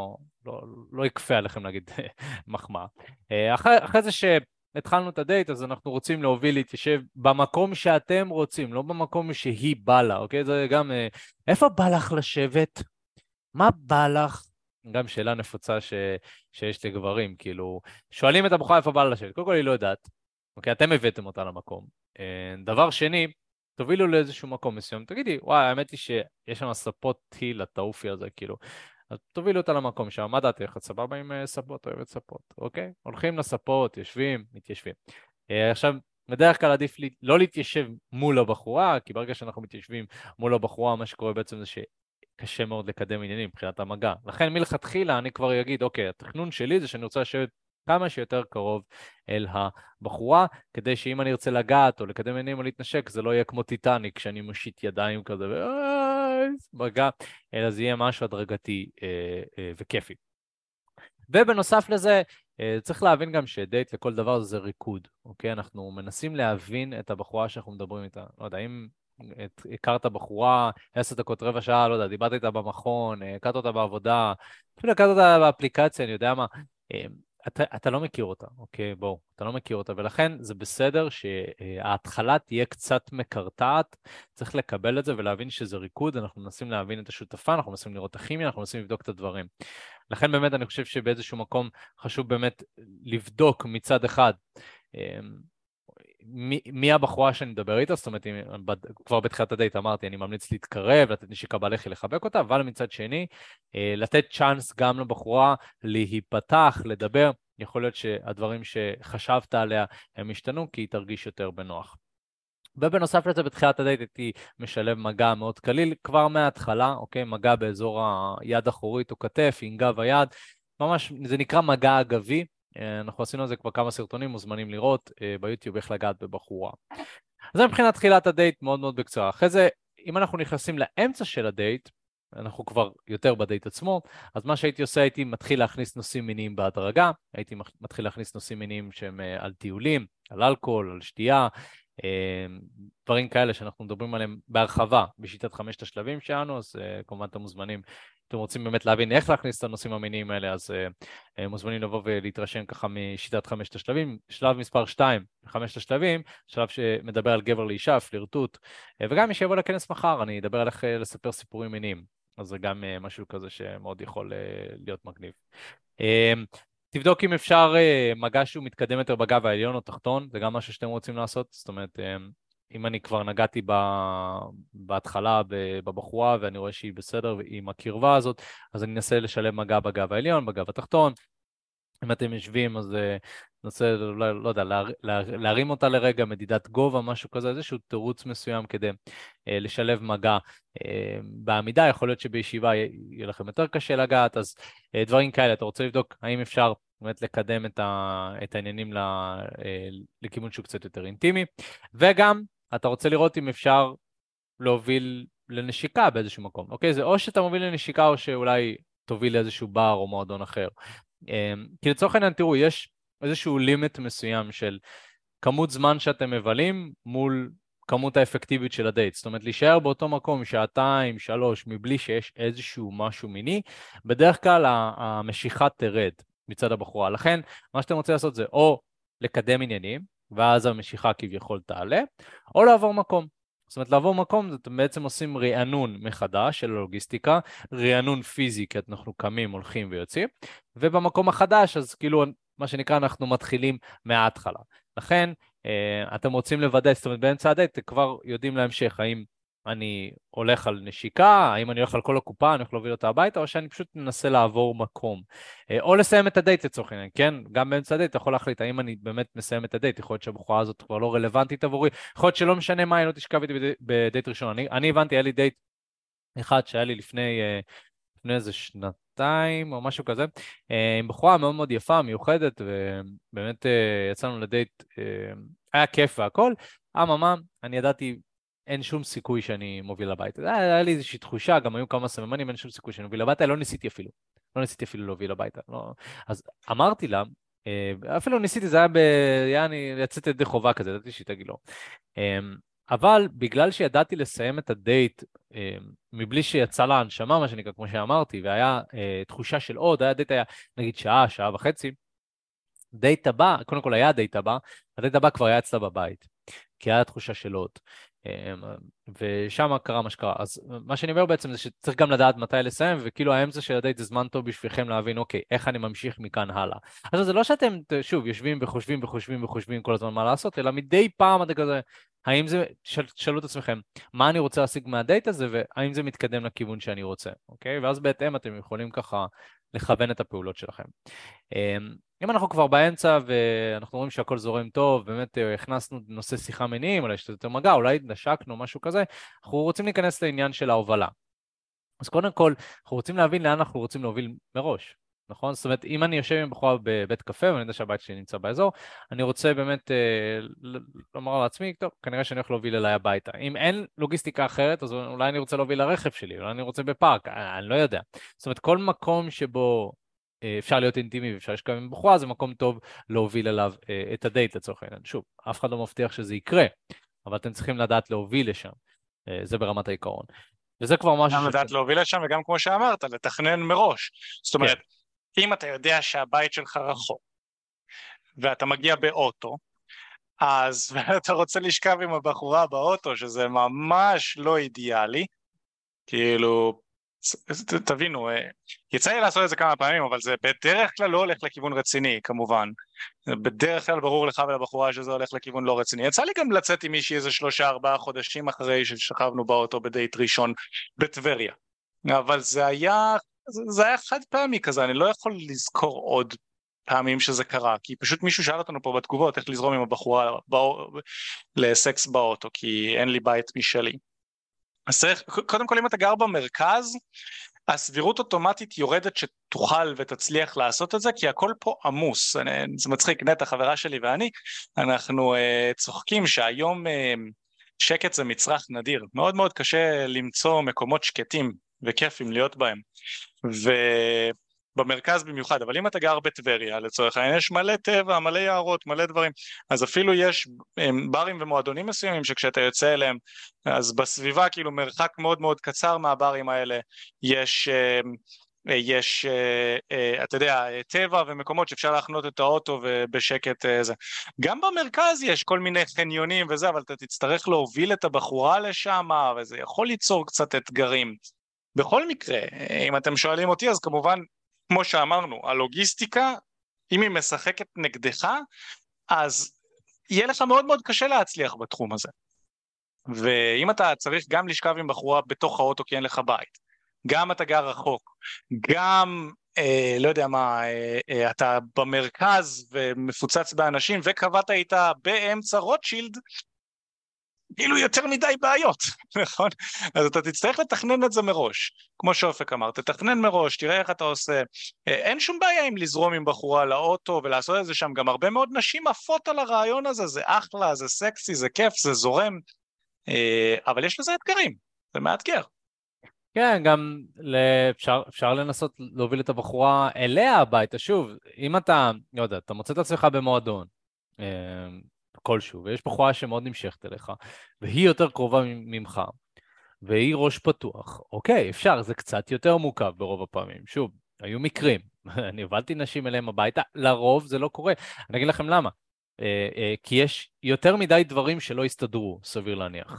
לא יקפה עליכם להגיד מחמאה. אחרי זה שהתחלנו את הדייט, אז אנחנו רוצים להוביל להתיישב במקום שאתם רוצים, לא במקום שהיא באה לה, אוקיי? זה גם, איפה בא לך לשבת? מה בא לך? גם שאלה נפוצה שיש לגברים, כאילו, שואלים את הבחורה איפה בא לה לשבת, קודם כל היא לא יודעת. אוקיי, אתם הבאתם אותה למקום. דבר שני, תובילו לאיזשהו מקום מסוים, תגידי, וואי, האמת היא שיש שם ספות טיל לתאופי הזה, כאילו. אז תובילו אותה למקום שם, מה דעתך? את סבבה עם ספות, אוהבת ספות, אוקיי? הולכים לספות, יושבים, מתיישבים. עכשיו, בדרך כלל עדיף לא להתיישב מול הבחורה, כי ברגע שאנחנו מתיישבים מול הבחורה, מה שקורה בעצם זה שקשה מאוד לקדם עניינים מבחינת המגע. לכן מלכתחילה אני כבר אגיד, אוקיי, התכנון שלי זה שאני רוצה לשבת כמה שיותר קרוב אל הבחורה, כדי שאם אני ארצה לגעת או לקדם עניינים או להתנשק, זה לא יהיה כמו טיטניק, שאני מושיט ידיים כזה, מגע, אלא זה יהיה משהו הדרגתי וכיפי. ובנוסף לזה, צריך להבין גם שדייט לכל דבר זה ריקוד, אוקיי? אנחנו מנסים להבין את הבחורה שאנחנו מדברים איתה. לא יודע, אם הכרת בחורה 10 דקות, רבע שעה, לא יודע, דיברת איתה במכון, הכרת אותה בעבודה, אפילו הכרת אותה באפליקציה, אני יודע מה, אתה לא מכיר אותה, אוקיי? בואו, אתה לא מכיר אותה, ולכן זה בסדר שההתחלה תהיה קצת מקרטעת, צריך לקבל את זה ולהבין שזה ריקוד, אנחנו מנסים להבין את השותפה, אנחנו מנסים לראות את הכימיה, אנחנו מנסים לבדוק את הדברים. לכן באמת אני חושב שבאיזשהו מקום חשוב באמת לבדוק מצד אחד מי הבחורה שאני מדבר איתה, זאת אומרת, כבר בתחילת הדייט אמרתי, אני ממליץ להתקרב, לתת נשיקה בלחי, לחבק אותה, אבל מצד שני, לתת צ'אנס גם לבחורה להיפתח, לדבר, יכול להיות שהדברים שחשבת עליה הם השתנו, כי היא תרגיש יותר בנוח. ובנוסף לזה, בתחילת הדייט הייתי משלב מגע מאוד קליל, כבר מההתחלה, אוקיי, מגע באזור היד אחורית או כתף, עם גב היד, ממש, זה נקרא מגע אגבי, אנחנו עשינו על זה כבר כמה סרטונים, מוזמנים לראות ביוטיוב איך לגעת בבחורה. אז זה מבחינת תחילת הדייט מאוד מאוד בקצרה. אחרי זה, אם אנחנו נכנסים לאמצע של הדייט, אנחנו כבר יותר בדייט עצמו, אז מה שהייתי עושה, הייתי מתחיל להכניס נושאים מיניים בהדרגה, הייתי מתחיל להכניס נושאים מיניים שהם על טיולים, על אלכוהול, על שתייה, דברים כאלה שאנחנו מדברים עליהם בהרחבה בשיטת 5 השלבים שלנו, אז כמובן אתם מוזמנים, אתם רוצים באמת להבין איך להכניס את הנושאים המיניים האלה, אז מוזמנים לבוא ולהתרשם ככה משיטת 5 השלבים. שלב מספר 2, 5 השלבים, שלב שמדבר על גבר לאישה, פלירטוט, וגם מי שיבוא לכנס מחר, אני אדבר על איך לספר סיפורים מיניים, אז זה גם משהו כזה שמאוד יכול להיות מגניב. תבדוק אם אפשר מגע שהוא מתקדם יותר בגב העליון או תחתון, זה גם משהו שאתם רוצים לעשות, זאת אומרת, אם אני כבר נגעתי בהתחלה בבחורה ואני רואה שהיא בסדר עם הקרבה הזאת, אז אני אנסה לשלב מגע בגב העליון, בגב התחתון. אם אתם יושבים, אז ננסה, לא יודע, להרים אותה לרגע, מדידת גובה, משהו כזה, איזשהו תירוץ מסוים כדי לשלב מגע בעמידה. יכול להיות שבישיבה יהיה לכם יותר קשה לגעת, אז דברים כאלה, אתה רוצה לבדוק האם אפשר באמת לקדם את העניינים לכיוון שהוא קצת יותר אינטימי, וגם אתה רוצה לראות אם אפשר להוביל לנשיקה באיזשהו מקום, אוקיי? זה או שאתה מוביל לנשיקה או שאולי תוביל לאיזשהו בר או מועדון אחר. כי לצורך העניין, תראו, יש איזשהו לימיט מסוים של כמות זמן שאתם מבלים מול כמות האפקטיבית של הדייט. זאת אומרת, להישאר באותו מקום 2, 3, מבלי שיש איזשהו משהו מיני, בדרך כלל המשיכה תרד מצד הבחורה. לכן, מה שאתם רוצים לעשות זה או לקדם עניינים, ואז המשיכה כביכול תעלה, או לעבור מקום. זאת אומרת, לעבור מקום, אתם בעצם עושים רענון מחדש של הלוגיסטיקה, רענון פיזי, כי אנחנו קמים, הולכים ויוצאים, ובמקום החדש, אז כאילו, מה שנקרא, אנחנו מתחילים מההתחלה. לכן, אתם רוצים לוודא, זאת אומרת, באמצע הדייט, אתם כבר יודעים להמשך, האם אני הולך על נשיקה, האם אני הולך על כל הקופה, אני הולך להוביל אותה הביתה, או שאני פשוט מנסה לעבור מקום. או לסיים את הדייט לצורך העניין, כן? גם באמצע הדייט אתה יכול להחליט האם אני באמת מסיים את הדייט, יכול להיות שהבחורה הזאת כבר לא רלוונטית עבורי, יכול להיות שלא משנה מה, היא לא תשכב איתי בדייט ראשון. אני הבנתי, היה לי דייט אחד שהיה לי לפני איזה שנתיים או משהו כזה, עם בחורה מאוד מאוד יפה, מיוחדת, ובאמת יצאנו לדייט, היה כיף והכל, אממה, אני ידעתי, אין שום סיכוי שאני מוביל הביתה. היה לי איזושהי תחושה, גם היו כמה סממנים, אין שום סיכוי שאני מוביל הביתה, לא ניסיתי אפילו להוביל הביתה. לא. אז אמרתי לה, אפילו ניסיתי, זה היה יעני, יצאתי ידי חובה כזה, ידעתי שהיא תגיד לא. אבל בגלל שידעתי לסיים את הדייט מבלי שיצא לה הנשמה, מה שנקרא, כמו שאמרתי, והיה תחושה של עוד, הדייט היה נגיד שעה, שעה וחצי, דייט הבא, קודם כל היה דייט הבא, הדייט הבא כבר היה אצלה בבית, כי היה תחושה של עוד. ושם קרה מה שקרה. אז מה שאני אומר בעצם זה שצריך גם לדעת מתי לסיים, וכאילו האמצע של הדייט זה זמן טוב בשבילכם להבין, אוקיי, איך אני ממשיך מכאן הלאה. אז זה לא שאתם, שוב, יושבים וחושבים כל הזמן מה לעשות, אלא מדי פעם אתם כזה, האם זה, שאלו את עצמכם, מה אני רוצה להשיג מהדייט הזה, והאם זה מתקדם לכיוון שאני רוצה, אוקיי? ואז בהתאם אתם יכולים ככה לכוון את הפעולות שלכם. אם אנחנו כבר באמצע ואנחנו רואים שהכל זורם טוב, באמת הכנסנו נושא שיחה מיניים, אולי יש יותר מגע, אולי נשקנו, משהו כזה, אנחנו רוצים להיכנס לעניין של ההובלה. אז קודם כל, אנחנו רוצים להבין לאן אנחנו רוצים להוביל מראש, נכון? זאת אומרת, אם אני יושב עם בחורה בבית קפה, ואני יודע שהבית שלי נמצא באזור, אני רוצה באמת לומר לעצמי, טוב, כנראה שאני הולך להוביל אליי הביתה. אם אין לוגיסטיקה אחרת, אז אולי אני רוצה להוביל לרכב שלי, אולי אני רוצה בפארק, אני לא יודע. זאת אומרת, כל מקום שבו אפשר להיות אינטימי ואפשר לשכב עם בחורה, זה מקום טוב להוביל אליו את הדייט לצורך העניין. שוב, אף אחד לא מבטיח שזה יקרה, אבל אתם צריכים לדעת להוביל לשם. זה ברמת העיקרון. וזה כבר משהו
גם לדעת להוביל לשם, וגם כמו שאמרת, לתכנן מראש. זאת
כן.
אומרת, אם אתה יודע שהבית שלך רחוק, ואתה מגיע באוטו, אז אתה רוצה לשכב עם הבחורה באוטו, שזה ממש לא אידיאלי, כאילו, תבינו, יצא לי לעשות את זה כמה פעמים, אבל זה בדרך כלל לא הולך לכיוון רציני, כמובן. בדרך כלל ברור לך ולבחורה שזה הולך לכיוון לא רציני. יצא לי גם לצאת עם מישהי איזה 3-4 חודשים אחרי ששכבנו באוטו בדייט ראשון בטבריה. אבל זה היה חד פעמי כזה, אני לא יכול לזכור עוד פעמים שזה קרה, כי פשוט מישהו שאל אותנו פה בתגובות איך לזרום עם הבחורה לסקס באוטו, כי אין לי בית משלי. אז צריך, קודם כל אם אתה גר במרכז, הסבירות אוטומטית יורדת שתוכל ותצליח לעשות את זה, כי הכל פה עמוס. זה מצחיק, נטע, חברה שלי ואני, אנחנו צוחקים שהיום שקט זה מצרך נדיר. מאוד מאוד קשה למצוא מקומות שקטים וכיפים להיות בהם. במרכז במיוחד, אבל אם אתה גר בטבריה, לצורך העניין, יש מלא טבע, מלא יערות, מלא דברים, אז אפילו יש ברים ומועדונים מסוימים שכשאתה יוצא אליהם, אז בסביבה, כאילו מרחק מאוד מאוד קצר מהברים האלה, יש אתה יודע, טבע ומקומות שאפשר להחנות את האוטו ובשקט זה. גם במרכז יש כל מיני חניונים וזה, אבל אתה תצטרך להוביל את הבחורה לשם, וזה יכול ליצור קצת אתגרים. בכל מקרה, אם אתם שואלים אותי, אז כמובן, כמו שאמרנו, הלוגיסטיקה, אם היא משחקת נגדך, אז יהיה לך מאוד מאוד קשה להצליח בתחום הזה. ואם אתה צריך גם לשכב עם בחורה בתוך האוטו כי אין לך בית, גם אתה גר רחוק, גם, לא יודע מה, אתה במרכז ומפוצץ באנשים וקבעת איתה באמצע רוטשילד, כאילו יותר מדי בעיות, נכון? אז אתה תצטרך לתכנן את זה מראש, כמו שאופק אמר, תתכנן מראש, תראה איך אתה עושה, אין שום בעיה עם לזרום עם בחורה לאוטו ולעשות את זה שם, גם הרבה מאוד נשים עפות על הרעיון הזה, זה אחלה, זה סקסי, זה כיף, זה זורם, אבל יש לזה אתגרים, זה מאתגר.
כן, גם אפשר לנסות להוביל את הבחורה אליה הביתה. שוב, אם אתה, לא יודע, אתה מוצא את עצמך במועדון כלשהו, ויש בחורה שמאוד נמשכת אליך, והיא יותר קרובה ממך, והיא ראש פתוח, אוקיי, אפשר, זה קצת יותר מורכב ברוב הפעמים. שוב, היו מקרים, אני הובלתי נשים אליהם הביתה, לרוב זה לא קורה. אני אגיד לכם למה. כי יש יותר מדי דברים שלא הסתדרו, סביר להניח.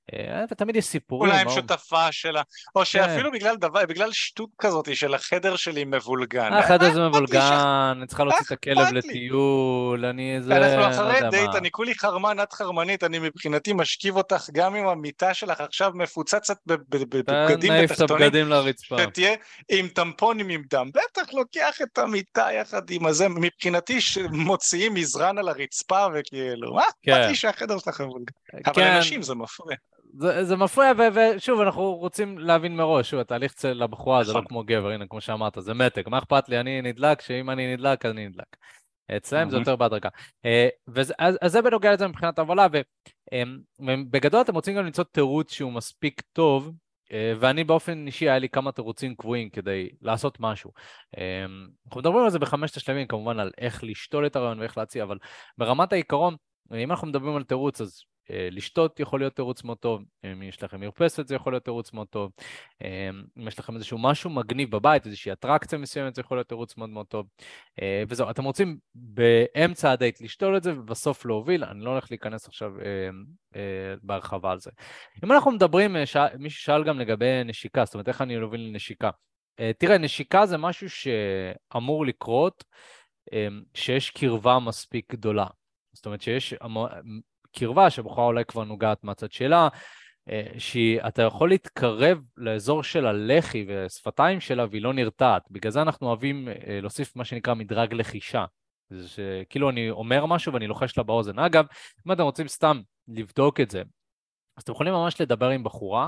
ותמיד יש סיפורים,
אולי עם שותפה שלה, או
כן.
שאפילו בגלל שטות כזאת של החדר שלי מבולגן.
החדר
מה
זה
אכפת לי
מבולגן, אני צריכה להוציא את הכלב
אכפת לי?
לטיול,
אנחנו
לא
אחרי
יודע
דייט,
מה.
אני כולי חרמן, את חרמנית, אני מבחינתי משכיב אותך גם אם המיטה שלך עכשיו מפוצצת בבגדים
נעיף את
ותחתונים,
הבגדים לרצפה.
שתהיה עם טמפונים עם דם. בטח לוקח את המיטה יחד עם הזה, מבחינתי שמוציאים מזרן על הרצפה וכאילו, מה אכפת
כן,
לי שהחדר שלך מבולגן? אבל
כן,
לנשים זה מפריע.
זה מפריע, ושוב, אנחנו רוצים להבין מראש, שוב, התהליך אצל הבחורה זה לא
נכון.
כמו גבר, הנה, כמו שאמרת, זה מתק, מה אכפת לי, אני נדלק, שאם אני נדלק, אז אני נדלק. אצלם זה
מהמם.
יותר בהדרגה. אז זה בנוגע לזה מבחינת ההובלה, ובגדול אתם רוצים גם למצוא תירוץ שהוא מספיק טוב, ואני באופן אישי, היה לי כמה תירוצים קבועים כדי לעשות משהו. אנחנו מדברים על זה בחמשת השלבים, כמובן על איך לשתול את הרעיון ואיך להציע, אבל ברמת העיקרון, אם אנחנו מדברים על תירוץ, אז לשתות יכול להיות תירוץ מאוד טוב, אם יש לכם מרפסת זה יכול להיות תירוץ מאוד טוב, אם יש לכם איזשהו משהו מגניב בבית, איזושהי אטרקציה מסוימת, זה יכול להיות תירוץ מאוד מאוד טוב. וזהו, אתם רוצים באמצע הדייט לשתול את זה ובסוף להוביל, אני לא הולך להיכנס עכשיו בהרחבה על זה. אם אנחנו מדברים, מישהו שאל גם לגבי נשיקה, זאת אומרת איך אני אוביל לנשיקה. תראה, נשיקה זה משהו שאמור לקרות שיש קרבה מספיק גדולה. זאת אומרת שיש קרבה שבחורה אולי כבר נוגעת מהצד שלה, שאתה יכול להתקרב לאזור של הלחי ושפתיים שלה והיא לא נרתעת. בגלל זה אנחנו אוהבים להוסיף מה שנקרא מדרג לחישה. זה שכאילו אני אומר משהו ואני לוחש לה באוזן. אגב, אם אתם רוצים סתם לבדוק את זה, אז אתם יכולים ממש לדבר עם בחורה,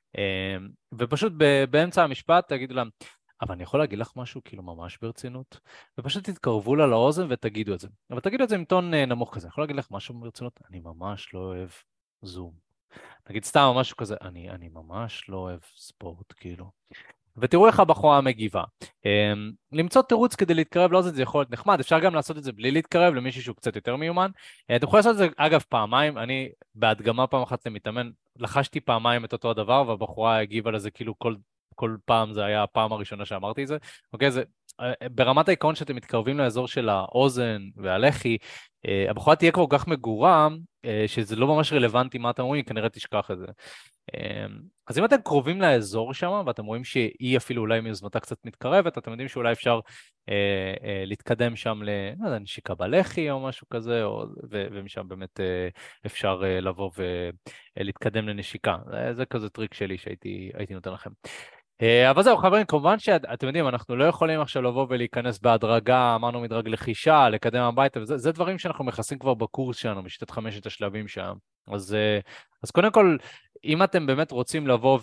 ופשוט באמצע המשפט תגידו לה, אבל אני יכול להגיד לך משהו כאילו ממש ברצינות, ופשוט תתקרבו לה לאוזן ותגידו את זה. אבל תגידו את זה עם טון נמוך כזה. אני יכול להגיד לך משהו ברצינות? אני ממש לא אוהב זום. נגיד סתם משהו כזה, אני ממש לא אוהב ספורט, כאילו. ותראו איך הבחורה מגיבה. למצוא תירוץ כדי להתקרב לאוזן זה יכול להיות נחמד, אפשר גם לעשות את זה בלי להתקרב למישהו שהוא קצת יותר מיומן. אתם יכולים לעשות את זה, אגב, פעמיים, אני בהדגמה פעם אחת למתאמן, לחשתי פעמיים את אותו הדבר, והבחורה הגיבה לזה כאילו כל פעם זה היה הפעם הראשונה שאמרתי את זה. אוקיי, זה ברמת העיקרון שאתם מתקרבים לאזור של האוזן והלחי, הבחורה תהיה כבר כל כך מגורה, שזה לא ממש רלוונטי מה אתם רואים, כנראה תשכח את זה. אז אם אתם קרובים לאזור שם, ואתם רואים שהיא אפילו אולי מיוזמתה קצת מתקרבת, אתם יודעים שאולי אפשר להתקדם שם לנשיקה בלחי או משהו כזה, ומשם באמת אפשר לבוא ולהתקדם לנשיקה. זה כזה טריק שלי שהייתי נותן לכם. אבל זהו, חברים, כמובן שאתם יודעים, אנחנו לא יכולים עכשיו לבוא ולהיכנס בהדרגה, אמרנו מדרג לחישה, לקדם הביתה, וזה דברים שאנחנו מכסים כבר בקורס שלנו, בשיטת חמשת השלבים שם. אז קודם כל, אם אתם באמת רוצים לבוא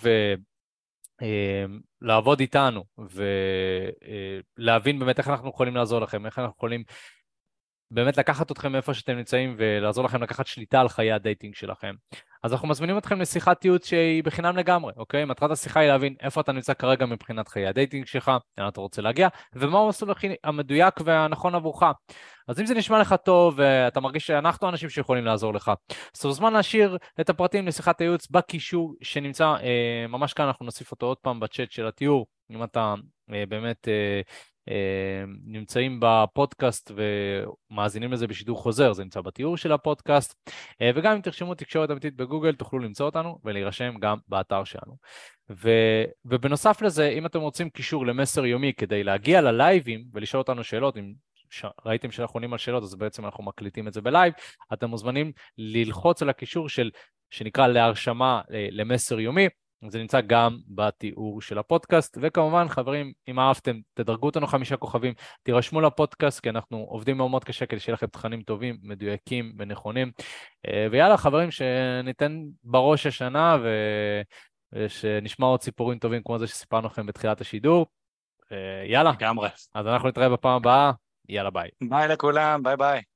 ולעבוד איתנו, ולהבין באמת איך אנחנו יכולים לעזור לכם, איך אנחנו יכולים באמת לקחת אתכם מאיפה שאתם נמצאים ולעזור לכם לקחת שליטה על חיי הדייטינג שלכם. אז אנחנו מזמינים אתכם לשיחת ייעוץ שהיא בחינם לגמרי, אוקיי? מטרת השיחה היא להבין איפה אתה נמצא כרגע מבחינת חיי הדייטינג שלך, לאן אתה רוצה להגיע, ומהו המסלול המדויק והנכון עבורך. אז אם זה נשמע לך טוב ואתה מרגיש שאנחנו אנשים שיכולים לעזור לך, אז זמן להשאיר את הפרטים לשיחת הייעוץ בקישור שנמצא ממש כאן, אנחנו נוסיף אותו עוד פעם בצ'אט של התיאור, אם אתה באמת נמצאים בפודקאסט ומאזינים לזה בשידור חוזר, זה נמצא בתיאור של הפודקאסט, וגם אם תרשמו תקשורת אמיתית בגוגל, תוכלו למצוא אותנו ולהירשם גם באתר שלנו. ובנוסף לזה, אם אתם רוצים קישור למסר יומי כדי להגיע ללייבים ולשאול אותנו שאלות, אם ראיתם שאנחנו עונים על שאלות, אז בעצם אנחנו מקליטים את זה בלייב, אתם מוזמנים ללחוץ על הקישור שנקרא להרשמה למסר יומי, זה נמצא גם בתיאור של הפודקאסט, וכמובן חברים, אם אהבתם, תדרגו אותנו 5 כוכבים, תירשמו לפודקאסט, כי אנחנו עובדים מאוד מאוד קשה כדי שיהיה לכם תכנים טובים, מדויקים ונכונים, ויאללה חברים, שניתן בראש השנה, ושנשמע עוד סיפורים טובים כמו זה שסיפרנו לכם בתחילת השידור, יאללה,
לגמרי.
אז אנחנו נתראה בפעם הבאה, יאללה ביי.
ביי לכולם, ביי ביי.